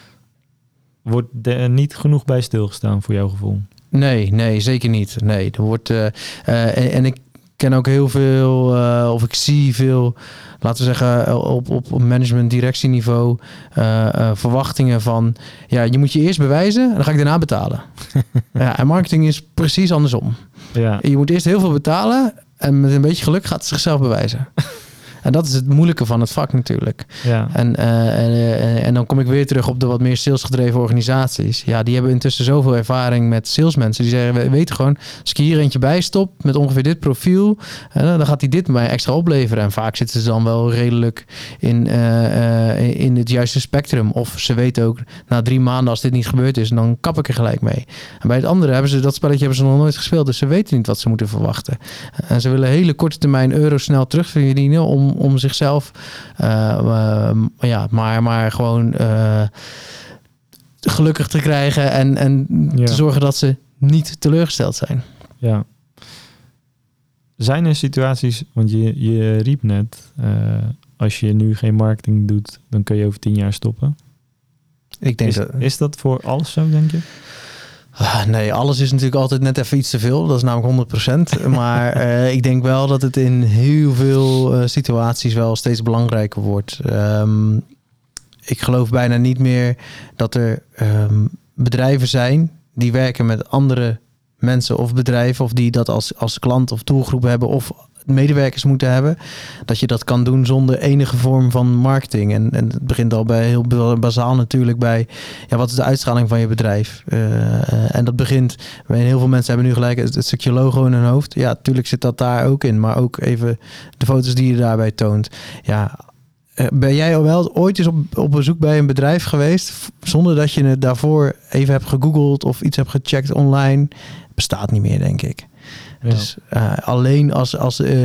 Wordt er niet genoeg bij stilgestaan voor jouw gevoel? Nee, nee, zeker niet. Nee, er wordt... Uh, uh, en, en ik ken ook heel veel... Uh, of ik zie veel... Laten we zeggen, op, op, op management-directieniveau... Uh, uh, verwachtingen van... Ja, je moet je eerst bewijzen... en dan ga ik daarna betalen. Ja, en marketing is precies andersom. Ja. Je moet eerst heel veel betalen... en met een beetje geluk gaat het zichzelf bewijzen. En dat is het moeilijke van het vak natuurlijk. Ja. En, uh, en, uh, en dan kom ik weer terug op de wat meer salesgedreven organisaties. Ja, die hebben intussen zoveel ervaring met salesmensen. Die zeggen, we weten gewoon, als ik hier eentje bij stop met ongeveer dit profiel, uh, dan gaat hij dit mij extra opleveren. En vaak zitten ze dan wel redelijk in, uh, uh, in het juiste spectrum. Of ze weten ook, na drie maanden als dit niet gebeurd is, dan kap ik er gelijk mee. En bij het andere hebben ze, dat spelletje hebben ze nog nooit gespeeld. Dus ze weten niet wat ze moeten verwachten. En ze willen hele korte termijn euro's snel terugverdienen om om zichzelf uh, uh, ja, maar, maar gewoon uh, gelukkig te krijgen en, en ja. te zorgen dat ze niet teleurgesteld zijn. Ja. Zijn er situaties, want je, je riep net, uh, als je nu geen marketing doet, dan kun je over tien jaar stoppen. Ik denk is, dat, is dat voor alles zo, denk je? Uh, nee, alles is natuurlijk altijd net even iets te veel. Dat is namelijk honderd procent. Maar uh, ik denk wel dat het in heel veel uh, situaties wel steeds belangrijker wordt. Um, ik geloof bijna niet meer dat er um, bedrijven zijn die werken met andere mensen of bedrijven, of die dat als, als klant of doelgroep hebben of medewerkers moeten hebben, dat je dat kan doen zonder enige vorm van marketing. En, en het begint al bij heel bazaal natuurlijk bij, ja, wat is de uitstraling van je bedrijf? Uh, en dat begint, heel veel mensen hebben nu gelijk het, het stukje logo in hun hoofd. Ja, natuurlijk zit dat daar ook in, maar ook even de foto's die je daarbij toont. Ja, ben jij al wel ooit eens op, op bezoek bij een bedrijf geweest zonder dat je het daarvoor even hebt gegoogeld of iets hebt gecheckt online? Bestaat niet meer, denk ik. Ja. Dus uh, alleen als, als, uh,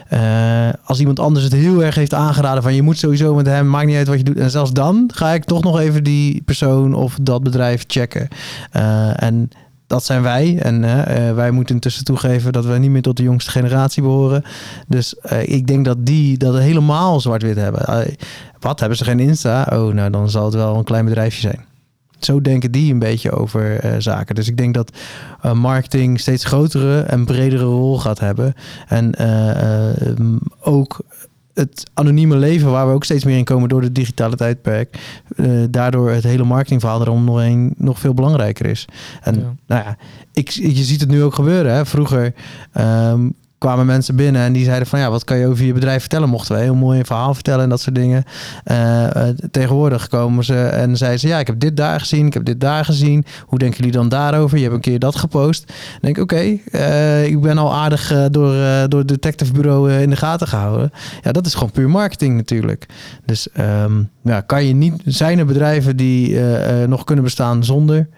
uh, als iemand anders het heel erg heeft aangeraden van je moet sowieso met hem, maakt niet uit wat je doet. En zelfs dan ga ik toch nog even die persoon of dat bedrijf checken. Uh, en dat zijn wij. En uh, wij moeten intussen toegeven dat we niet meer tot de jongste generatie behoren. Dus uh, ik denk dat die dat helemaal zwart-wit hebben. Uh, wat, hebben ze geen Insta? Oh, nou dan zal het wel een klein bedrijfje zijn. Zo denken die een beetje over uh, zaken. Dus ik denk dat uh, marketing steeds grotere en bredere rol gaat hebben. En uh, uh, ook het anonieme leven waar we ook steeds meer in komen door de digitale tijdperk. Uh, daardoor het hele marketingverhaal erom nog, een, nog veel belangrijker is. En ja. nou ja, ik, je ziet het nu ook gebeuren. Hè? Vroeger um, kwamen mensen binnen en die zeiden van ja, wat kan je over je bedrijf vertellen? Mochten we heel mooi een verhaal vertellen en dat soort dingen. Uh, uh, tegenwoordig komen ze en zeiden ze ja, ik heb dit daar gezien, ik heb dit daar gezien. Hoe denken jullie dan daarover? Je hebt een keer dat gepost. Dan denk ik, oké, okay, uh, ik ben al aardig uh, door, uh, door het detectivebureau uh, in de gaten gehouden. Ja, dat is gewoon puur marketing natuurlijk. Dus um, ja, kan je niet, zijn er bedrijven die uh, uh, nog kunnen bestaan zonder?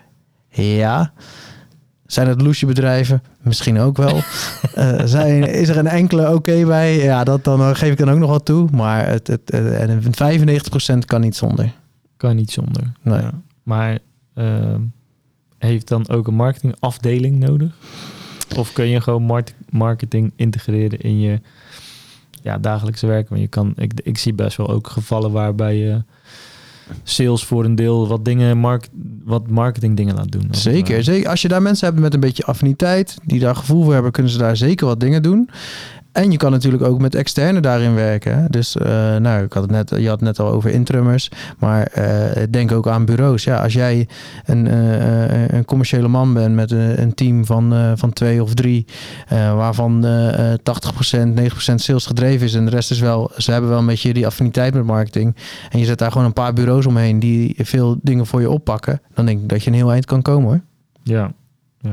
Ja. Zijn het loesje bedrijven? Misschien ook wel. uh, zijn, is er een enkele oké okay bij? Ja, dat dan geef ik dan ook nog wat toe. Maar het, het, het, vijfennegentig procent kan niet zonder. Kan niet zonder. Nee. Ja. Maar uh, heeft dan ook een marketingafdeling nodig? Of kun je gewoon markt, marketing integreren in je ja, dagelijkse werk? Want je kan, ik, ik zie best wel ook gevallen waarbij je sales voor een deel wat dingen, market, wat marketing dingen laat doen. Zeker, uh, zeker. Als je daar mensen hebt met een beetje affiniteit, die daar gevoel voor hebben, kunnen ze daar zeker wat dingen doen. En je kan natuurlijk ook met externe daarin werken. Hè? Dus, uh, nou, ik had het net, je had het net al over interimers, maar uh, denk ook aan bureaus. Ja, als jij een, uh, een commerciële man bent met een, een team van, uh, van twee of drie, uh, waarvan uh, tachtig procent, negentig procent sales gedreven is en de rest is wel, ze hebben wel een beetje die affiniteit met marketing. En je zet daar gewoon een paar bureaus omheen die veel dingen voor je oppakken, dan denk ik dat je een heel eind kan komen, hoor. Ja, ja.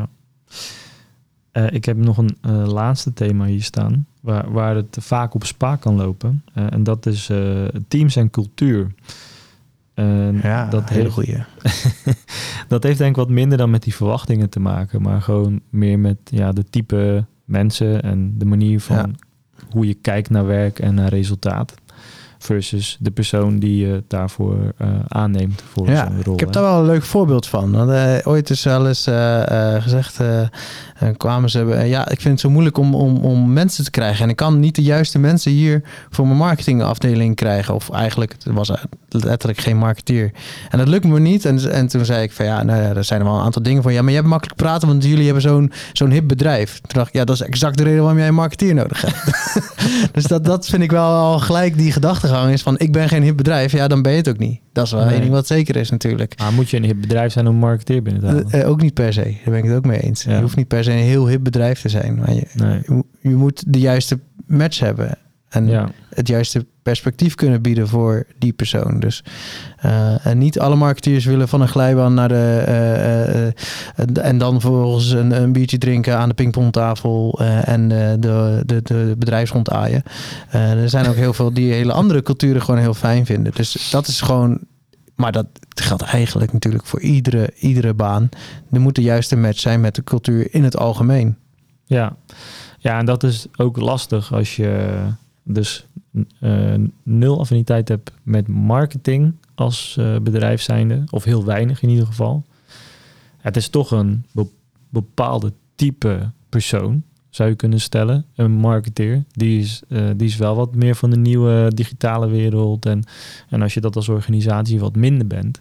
Uh, ik heb nog een uh, laatste thema hier staan, waar, waar het vaak op spaak kan lopen. Uh, en dat is uh, teams en cultuur. Uh, ja, dat hele heeft, goeie. Dat heeft denk ik wat minder dan met die verwachtingen te maken, maar gewoon meer met ja, de type mensen en de manier van ja. hoe je kijkt naar werk en naar resultaat. versus de persoon die je daarvoor uh, aanneemt voor ja, zo'n rol. Ik heb hè? daar wel een leuk voorbeeld van. Want, uh, ooit is wel eens uh, uh, gezegd, uh, uh, kwamen ze, uh, ja, ik vind het zo moeilijk om, om, om mensen te krijgen. En ik kan niet de juiste mensen hier voor mijn marketingafdeling krijgen. Of eigenlijk, het was letterlijk geen marketeer. En dat lukt me niet. En, en toen zei ik van ja, nou ja, er zijn er wel een aantal dingen van. Ja, maar jij hebt makkelijk praten, want jullie hebben zo'n, zo'n hip bedrijf. Toen dacht ik, ja, dat is exact de reden waarom jij een marketeer nodig hebt. Dus dat, dat vind ik wel al gelijk die gedachtegang is van ik ben geen hip bedrijf. Ja, dan ben je het ook niet. Dat is wel nee. één ding wat zeker is natuurlijk. Maar moet je een hip bedrijf zijn om een marketeer binnen te halen? Uh, uh, ook niet per se. Daar ben ik het ook mee eens. Ja. Je hoeft niet per se een heel hip bedrijf te zijn. Maar je, nee. je, je moet de juiste match hebben. En ja. het juiste perspectief kunnen bieden voor die persoon. Dus uh, en niet alle marketeers willen van een glijbaan naar de uh, uh, uh, en dan vervolgens een, een biertje drinken aan de pingpongtafel uh, en uh, de, de, de bedrijfshond aaien. Uh, er zijn ook heel veel die hele andere culturen gewoon heel fijn vinden. Dus dat is gewoon. Maar dat geldt eigenlijk natuurlijk voor iedere, iedere baan. Er moet de juiste match zijn met de cultuur in het algemeen. Ja, ja en dat is ook lastig als je dus uh, nul affiniteit hebt met marketing als uh, bedrijf zijnde. Of heel weinig in ieder geval. Het is toch een be- bepaalde type persoon, zou je kunnen stellen. Een marketeer. Die is, uh, die is wel wat meer van de nieuwe digitale wereld. En, en als je dat als organisatie wat minder bent,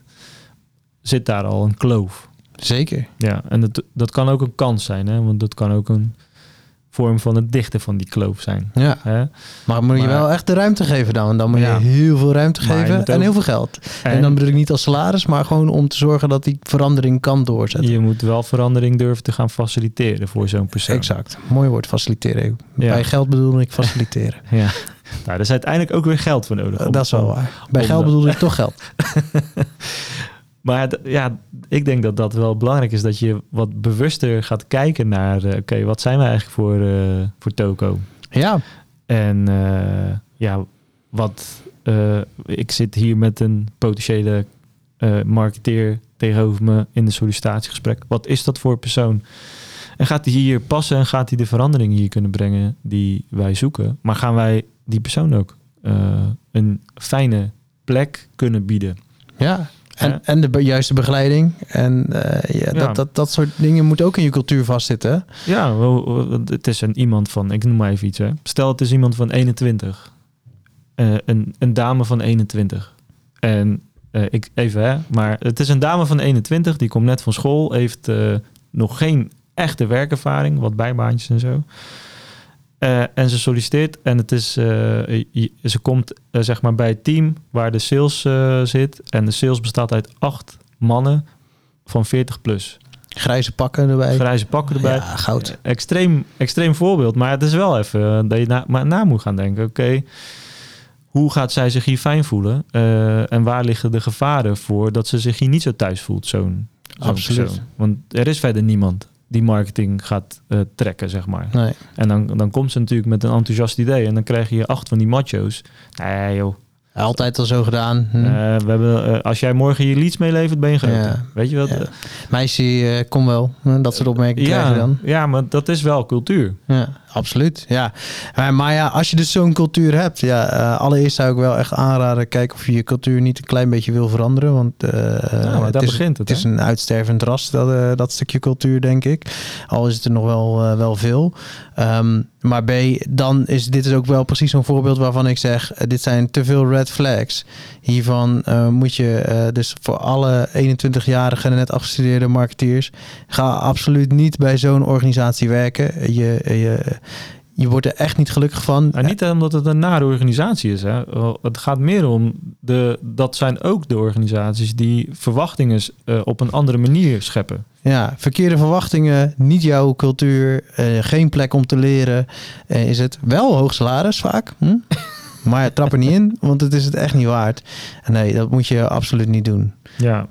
zit daar al een kloof. Zeker. Ja, en dat, dat kan ook een kans zijn. Hè? Want dat kan ook een vorm van het dichten van die kloof zijn. Ja. Hè? Maar moet je maar, wel echt de ruimte geven dan. En dan moet ja. je heel veel ruimte geven en ook, heel veel geld. En, en dan bedoel ik niet als salaris, maar gewoon om te zorgen dat die verandering kan doorzetten. Je moet wel verandering durven te gaan faciliteren voor zo'n persoon. Exact. Mooi woord, faciliteren. Ja. Bij geld bedoel ik faciliteren. Ja. Nou, daar is uiteindelijk ook weer geld voor nodig. Om, dat is wel waar. Bij geld dat... bedoel ik toch geld. Maar ja, ik denk dat dat wel belangrijk is. Dat je wat bewuster gaat kijken naar... Uh, Oké, okay, wat zijn we eigenlijk voor, uh, voor toko? Ja. En uh, ja, wat... Uh, ik zit hier met een potentiële uh, marketeer tegenover me in een sollicitatiegesprek. Wat is dat voor persoon? En gaat hij hier passen en gaat hij de verandering hier kunnen brengen die wij zoeken? Maar gaan wij die persoon ook uh, een fijne plek kunnen bieden? Ja. En, ja. en de juiste begeleiding. En uh, ja, dat, ja. Dat, dat soort dingen moet ook in je cultuur vastzitten. Ja, wel, het is een iemand van, ik noem maar even iets. Hè. Stel het is iemand van eenentwintig. Uh, een, een dame van eenentwintig. En uh, ik even hè, maar het is een dame van eenentwintig. Die komt net van school. Heeft uh, nog geen echte werkervaring. Wat bijbaantjes en zo. Uh, en ze solliciteert en het is, uh, je, ze komt uh, zeg maar bij het team waar de sales uh, zit. En de sales bestaat uit acht mannen van veertig plus. Grijze pakken erbij. Grijze pakken erbij. Ja, goud. Uh, extreem, extreem voorbeeld. Maar het is wel even uh, dat je na, maar na moet gaan denken. Oké, okay, hoe gaat zij zich hier fijn voelen? Uh, en waar liggen de gevaren voor dat ze zich hier niet zo thuis voelt? Zo'n, zo'n Absoluut. Persoon. Want er is verder niemand die marketing gaat uh, trekken, zeg maar. Nee. En dan, dan komt ze natuurlijk met een enthousiast idee. En dan krijg je acht van die macho's. Nee joh. Altijd al zo gedaan. Hm. Uh, we hebben, uh, als jij morgen je leads meelevert, ben je groter. Ja. Weet je wat? Ja. Meisje, uh, kom wel. Dat soort opmerkingen ja, krijgen dan. Ja, maar dat is wel cultuur. Ja, absoluut. Ja. Maar, maar ja, als je dus zo'n cultuur hebt. Ja, uh, allereerst zou ik wel echt aanraden. Kijk of je je cultuur niet een klein beetje wil veranderen. Want uh, ja, het, daar is, begint het, het is een uitstervend ras, dat, uh, dat stukje cultuur, denk ik. Al is het er nog wel, uh, wel veel. Um, maar B, dan is dit is ook wel precies zo'n voorbeeld waarvan ik zeg, uh, dit zijn te veel red flags. Hiervan uh, moet je uh, dus voor alle eenentwintigjarige net afgestudeerde marketeers, ga absoluut niet bij zo'n organisatie werken. Je, je, je wordt er echt niet gelukkig van. Nou, niet omdat het een nare organisatie is. Hè. Het gaat meer om, de, dat zijn ook de organisaties die verwachtingen uh, op een andere manier scheppen. Ja, verkeerde verwachtingen, niet jouw cultuur, uh, geen plek om te leren. Uh, is het wel hoog salaris vaak, hm? Maar trap er niet in, want het is het echt niet waard. En nee, dat moet je absoluut niet doen. Ja.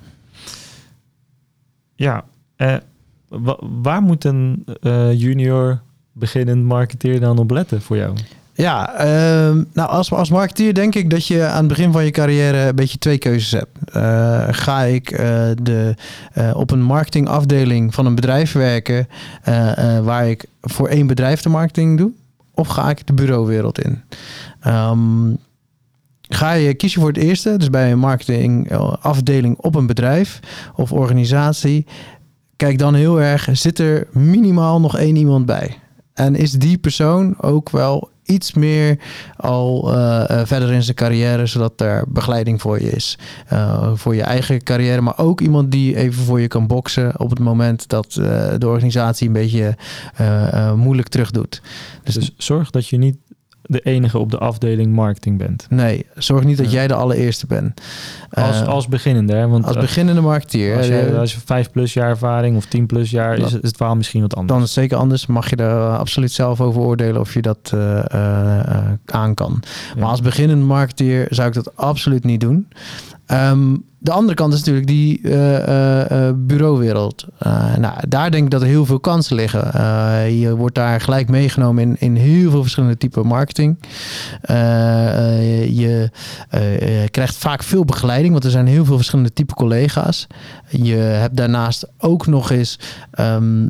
Ja, uh, wa- waar moet een uh, junior beginnend marketeer dan op letten voor jou? Ja, uh, nou als, als marketeer denk ik dat je aan het begin van je carrière een beetje twee keuzes hebt. Uh, ga ik uh, de, uh, op een marketingafdeling van een bedrijf werken uh, uh, waar ik voor één bedrijf de marketing doe? Of ga ik de bureauwereld in? Um, Ga je kiezen voor het eerste, dus bij een marketingafdeling op een bedrijf of organisatie, kijk dan heel erg, zit er minimaal nog één iemand bij? En is die persoon ook wel iets meer al uh, uh, verder in zijn carrière, zodat er begeleiding voor je is. Uh, voor je eigen carrière, maar ook iemand die even voor je kan boksen op het moment dat uh, de organisatie een beetje uh, uh, moeilijk terug doet. Dus, dus zorg dat je niet de enige op de afdeling marketing bent. Nee, zorg niet dat ja. jij de allereerste bent. Als, uh, als beginnende, hè? Want als beginnende marketeer. Als je, als je vijf plus jaar ervaring of tien plus jaar, is, is het verhaal misschien wat anders. Dan is het zeker anders. Mag je er uh, absoluut zelf over oordelen of je dat uh, uh, uh, aan kan. Ja. Maar als beginnende marketeer zou ik dat absoluut niet doen. Um, de andere kant is natuurlijk die uh, uh, bureauwereld. Uh, nou, daar denk ik dat er heel veel kansen liggen. Uh, je wordt daar gelijk meegenomen in, in heel veel verschillende typen marketing. Uh, uh, je uh, krijgt vaak veel begeleiding, want er zijn heel veel verschillende typen collega's. Je hebt daarnaast ook nog eens um,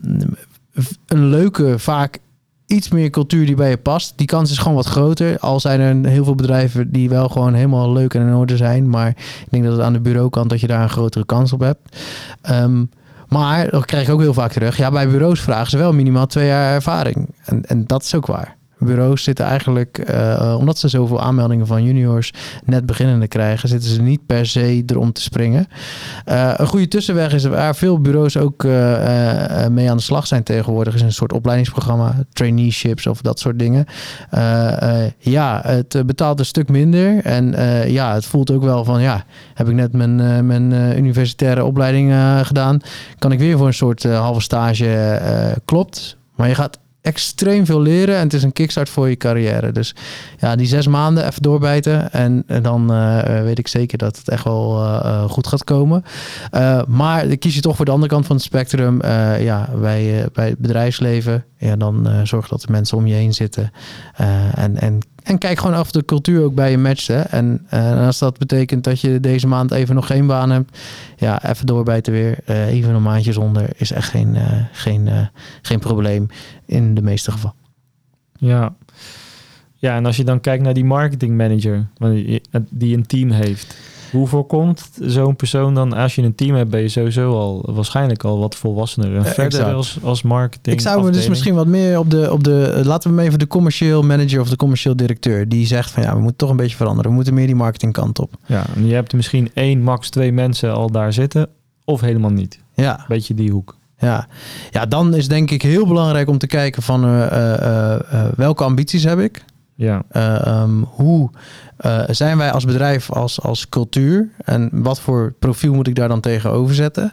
een leuke, vaak iets meer cultuur die bij je past. Die kans is gewoon wat groter. Al zijn er heel veel bedrijven die wel gewoon helemaal leuk en in orde zijn. Maar ik denk dat het aan de bureaukant dat je daar een grotere kans op hebt. Um, maar dat krijg ik ook heel vaak terug. Ja, bij bureaus vragen ze wel minimaal twee jaar ervaring. En, en dat is ook waar. Bureaus zitten eigenlijk, uh, omdat ze zoveel aanmeldingen van juniors net beginnende krijgen, zitten ze niet per se erom te springen. Uh, een goede tussenweg is waar veel bureaus ook uh, uh, mee aan de slag zijn tegenwoordig, is een soort opleidingsprogramma, traineeships of dat soort dingen. Uh, uh, ja, het betaalt een stuk minder en uh, ja, het voelt ook wel van, ja, heb ik net mijn, uh, mijn uh, universitaire opleiding uh, gedaan, kan ik weer voor een soort uh, halve stage, uh, klopt, maar je gaat extreem veel leren en het is een kickstart voor je carrière. Dus ja, die zes maanden even doorbijten en, en dan uh, weet ik zeker dat het echt wel uh, goed gaat komen. Uh, maar dan kies je toch voor de andere kant van het spectrum. Uh, ja, bij, uh, bij het bedrijfsleven, ja, dan uh, zorg dat er mensen om je heen zitten. Uh, en, en, en kijk gewoon of de cultuur ook bij je matcht. Hè? En, uh, en als dat betekent dat je deze maand even nog geen baan hebt, ja, even doorbijten weer. Uh, even een maandje zonder is echt geen, uh, geen, uh, geen probleem in de meeste gevallen. Ja. Ja, en als je dan kijkt naar die marketingmanager die een team heeft, hoe voorkomt zo'n persoon dan, als je een team hebt, ben je sowieso al waarschijnlijk al wat volwassener en uh, verder als, als marketing. Ik zou me dus misschien wat meer op de, op de, laten we hem even de commercieel manager of de commercieel directeur, die zegt van ja, we moeten toch een beetje veranderen. We moeten meer die marketingkant op. Ja, en je hebt misschien één, max twee mensen al daar zitten, of helemaal niet. Ja. Beetje die hoek. Ja. ja, dan is denk ik heel belangrijk om te kijken van uh, uh, uh, welke ambities heb ik? Ja. Uh, um, hoe uh, zijn wij als bedrijf, als, als cultuur? En wat voor profiel moet ik daar dan tegenover zetten?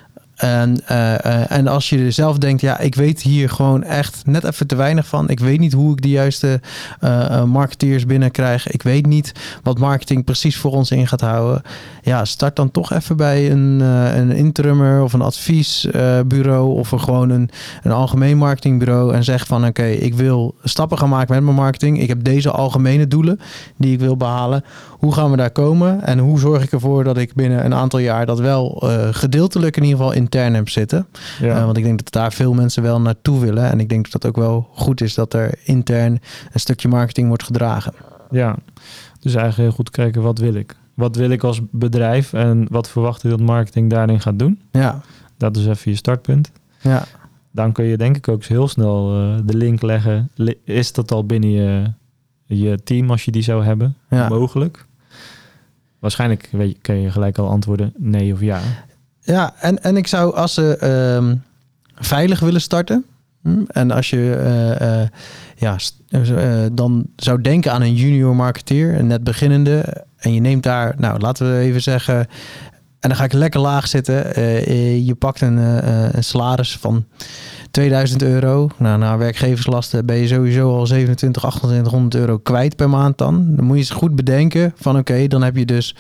En, uh, uh, en als je zelf denkt, ja, ik weet hier gewoon echt net even te weinig van. Ik weet niet hoe ik de juiste uh, uh, marketeers binnenkrijg. Ik weet niet wat marketing precies voor ons in gaat houden. Ja, start dan toch even bij een, uh, een interimmer of een adviesbureau uh, of een, gewoon een, een algemeen marketingbureau. En zeg van oké, okay, ik wil stappen gaan maken met mijn marketing. Ik heb deze algemene doelen die ik wil behalen. Hoe gaan we daar komen? En hoe zorg ik ervoor dat ik binnen een aantal jaar dat wel uh, gedeeltelijk in ieder geval intern heb zitten? Ja. Uh, want ik denk dat daar veel mensen wel naartoe willen. En ik denk dat het ook wel goed is dat er intern een stukje marketing wordt gedragen. Ja, dus eigenlijk heel goed kijken, wat wil ik? Wat wil ik als bedrijf en wat verwacht ik dat marketing daarin gaat doen? Ja. Dat is even je startpunt. Ja. Dan kun je denk ik ook heel snel uh, de link leggen. Is dat al binnen je, je team als je die zou hebben? Ja. Mogelijk? Waarschijnlijk weet je, kun je gelijk al antwoorden nee of ja. Ja, en, en ik zou als ze uh, veilig willen starten. Hm, en als je uh, uh, ja, uh, dan zou denken aan een junior marketeer, een net beginnende. En je neemt daar, nou laten we even zeggen, en dan ga ik lekker laag zitten. Uh, je pakt een, uh, een salaris van tweeduizend euro. Nou, na werkgeverslasten ben je sowieso al zevenentwintig, achtentwintighonderd euro kwijt per maand dan. Dan moet je eens goed bedenken van oké, okay, dan heb je dus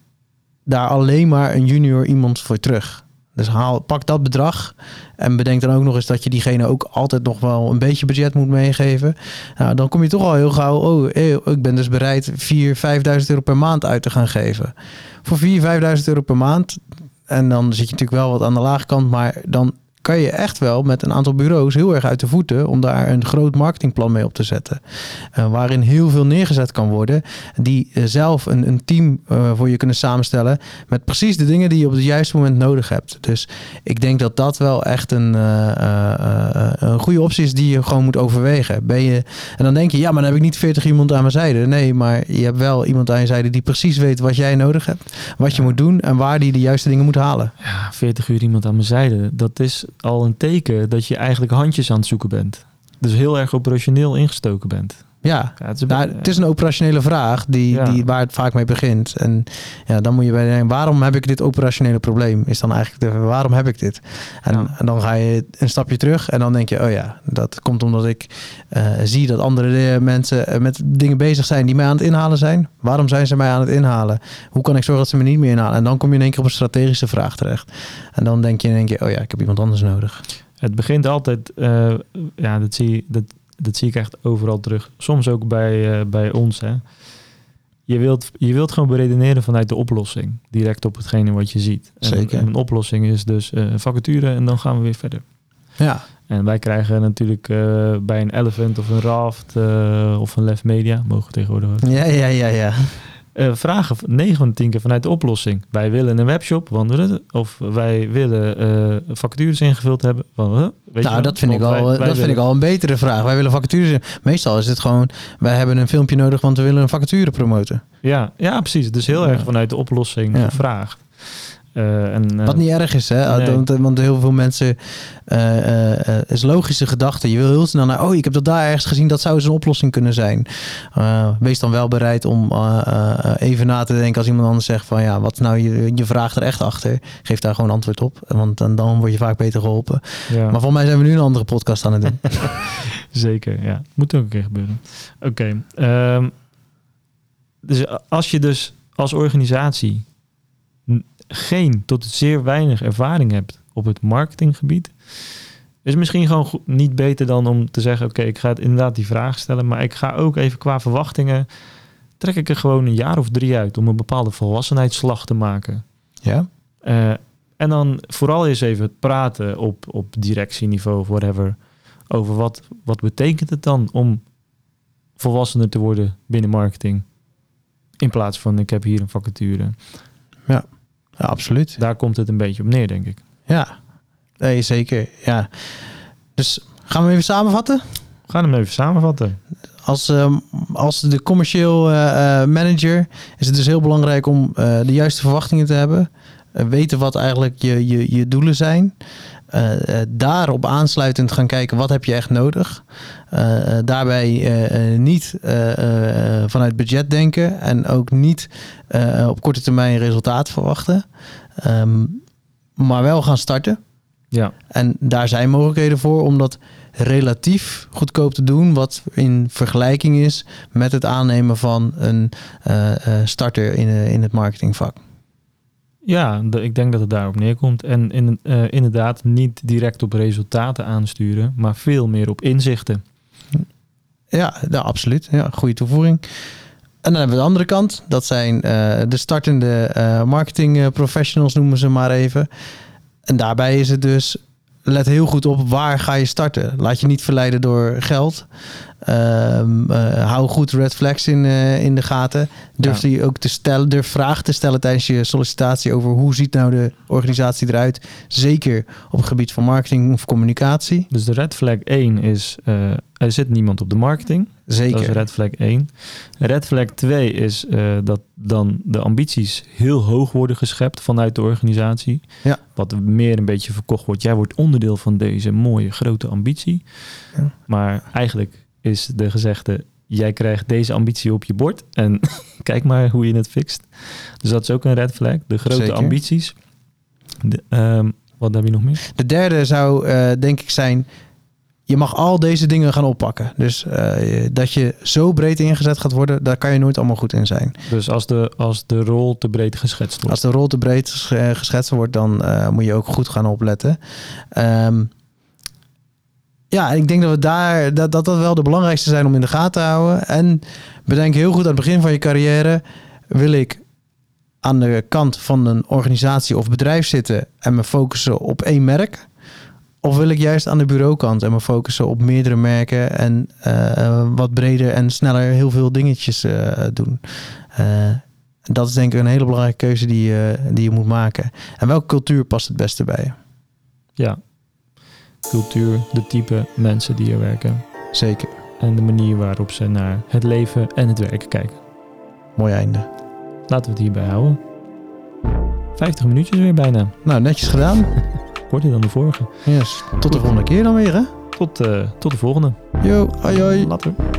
daar alleen maar een junior iemand voor terug. Dus haal, pak dat bedrag en bedenk dan ook nog eens dat je diegene ook altijd nog wel een beetje budget moet meegeven. Nou, dan kom je toch al heel gauw, oh, ik ben dus bereid vierduizend, vijfduizend euro per maand uit te gaan geven. Voor vierduizend, vijfduizend euro per maand. En dan zit je natuurlijk wel wat aan de lage kant, maar dan kan je echt wel met een aantal bureaus heel erg uit de voeten om daar een groot marketingplan mee op te zetten. Uh, waarin heel veel neergezet kan worden, die uh, zelf een, een team uh, voor je kunnen samenstellen met precies de dingen die je op het juiste moment nodig hebt. Dus ik denk dat dat wel echt een, uh, uh, uh, een goede optie is die je gewoon moet overwegen. Ben je, en dan denk je, ja, maar dan heb ik niet veertig iemand aan mijn zijde. Nee, maar je hebt wel iemand aan je zijde die precies weet wat jij nodig hebt, wat je ja. moet doen en waar die de juiste dingen moet halen. Ja, veertig uur iemand aan mijn zijde, dat is al een teken dat je eigenlijk handjes aan het zoeken bent. Dus heel erg operationeel ingestoken bent. Ja, ja het, is een, nou, het is een operationele vraag die, ja. die, waar het vaak mee begint. En ja, dan moet je bij denken, waarom heb ik dit operationele probleem? Is dan eigenlijk de, waarom heb ik dit? En, ja. en dan ga je een stapje terug en dan denk je, oh ja, dat komt omdat ik uh, zie dat andere mensen met dingen bezig zijn die mij aan het inhalen zijn. Waarom zijn ze mij aan het inhalen? Hoe kan ik zorgen dat ze me niet meer inhalen? En dan kom je in één keer op een strategische vraag terecht. En dan denk je in één keer, oh ja, ik heb iemand anders nodig. Het begint altijd, uh, ja, dat zie, dat, dat zie ik echt overal terug. Soms ook bij, uh, bij ons. Hè. Je wilt, je wilt gewoon beredeneren vanuit de oplossing. Direct op hetgene wat je ziet. Zeker. En een oplossing is dus uh, een vacature en dan gaan we weer verder. Ja. En wij krijgen natuurlijk uh, bij een Elephant of een Raft uh, of een Left Media, mogen we tegenwoordig ook. Ja, ja, ja, ja. Uh, vragen negen van de tien keer vanuit de oplossing. Wij willen een webshop, want, of wij willen uh, vacatures ingevuld hebben. Want, uh, weet nou, je dat, vind ik, al, wij, wij dat willen... vind ik al een betere vraag. Wij willen vacatures. Meestal is het gewoon, wij hebben een filmpje nodig, want we willen een vacature promoten. Ja, ja precies. Dus heel ja. erg vanuit de oplossing ja. gevraagd. Uh, en, uh, Wat niet erg is, hè? Nee. Want, want heel veel mensen uh, uh, is logische gedachte. Je wil heel snel naar, oh, ik heb dat daar ergens gezien, dat zou eens een oplossing kunnen zijn. Uh, wees dan wel bereid om uh, uh, even na te denken als iemand anders zegt van, ja, wat nou je, je vraagt er echt achter. Geef daar gewoon antwoord op, want dan, dan word je vaak beter geholpen. Ja. Maar volgens mij zijn we nu een andere podcast aan het doen. Zeker, ja. Moet ook een keer gebeuren. Oké. Okay, um, dus als je dus als organisatie geen tot zeer weinig ervaring hebt op het marketinggebied, is misschien gewoon goed, niet beter dan om te zeggen, oké, okay, ik ga het inderdaad die vraag stellen, maar ik ga ook even qua verwachtingen, trek ik er gewoon een jaar of drie uit om een bepaalde volwassenheidsslag te maken. Ja. Uh, en dan vooral eens even praten op, op directieniveau of whatever, over wat, wat betekent het dan om volwassener te worden binnen marketing, in plaats van ik heb hier een vacature. Ja. Ja, absoluut. Daar komt het een beetje op neer, denk ik. Ja, nee, zeker. Ja. Dus gaan we hem even samenvatten? We gaan hem even samenvatten. Als, um, als de commercieel uh, manager is het dus heel belangrijk om uh, de juiste verwachtingen te hebben. Uh, weten wat eigenlijk je, je, je doelen zijn. Uh, uh, daarop aansluitend gaan kijken wat heb je echt nodig. Uh, uh, daarbij uh, uh, niet uh, uh, vanuit budget denken en ook niet uh, op korte termijn resultaat verwachten. Um, maar wel gaan starten. Ja. En daar zijn mogelijkheden voor om dat relatief goedkoop te doen, wat in vergelijking is met het aannemen van een uh, uh, starter in, uh, in het marketingvak. Ja, de, ik denk dat het daarop neerkomt. En in, uh, inderdaad niet direct op resultaten aansturen, maar veel meer op inzichten. Ja, nou, absoluut. Ja, goede toevoeging. En dan hebben we de andere kant. Dat zijn uh, de startende uh, marketing uh, professionals, noemen ze maar even. En daarbij is het dus, let heel goed op waar ga je starten. Laat je niet verleiden door geld. Um, uh, hou goed red flags in, uh, in de gaten. Durf ja. die ook te stellen, durf vragen te stellen tijdens je sollicitatie over hoe ziet nou de organisatie eruit. Zeker op het gebied van marketing of communicatie. Dus de red flag één is, uh, er zit niemand op de marketing. Zeker. Dat is red flag één. Red flag twee is uh, dat dan de ambities heel hoog worden geschept vanuit de organisatie. Ja. Wat meer een beetje verkocht wordt. Jij wordt onderdeel van deze mooie grote ambitie. Ja. Maar eigenlijk is de gezegde, jij krijgt deze ambitie op je bord en kijk maar hoe je het fixt. Dus dat is ook een red flag. De grote Zeker. ambities. De, um, wat heb je nog meer? De derde zou uh, denk ik zijn, je mag al deze dingen gaan oppakken. Dus uh, dat je zo breed ingezet gaat worden, daar kan je nooit allemaal goed in zijn. Dus als de, als de rol te breed geschetst wordt? Als de rol te breed geschetst wordt, dan uh, moet je ook goed gaan opletten. Um, Ja, ik denk dat we daar dat, dat dat wel de belangrijkste zijn om in de gaten te houden. En bedenk heel goed aan het begin van je carrière, wil ik aan de kant van een organisatie of bedrijf zitten en me focussen op één merk? Of wil ik juist aan de bureaukant en me focussen op meerdere merken en uh, wat breder en sneller heel veel dingetjes uh, doen? Uh, dat is denk ik een hele belangrijke keuze die, uh, die je moet maken. En welke cultuur past het beste bij je? Ja, cultuur, de type mensen die er werken. Zeker. En de manier waarop ze naar het leven en het werken kijken. Mooi einde. Laten we het hierbij houden. vijftig minuutjes weer bijna. Nou, netjes gedaan. Korter dan de vorige. Yes. Tot de volgende keer dan weer, hè? Tot, uh, tot de volgende. Yo, hoi hoi. Later.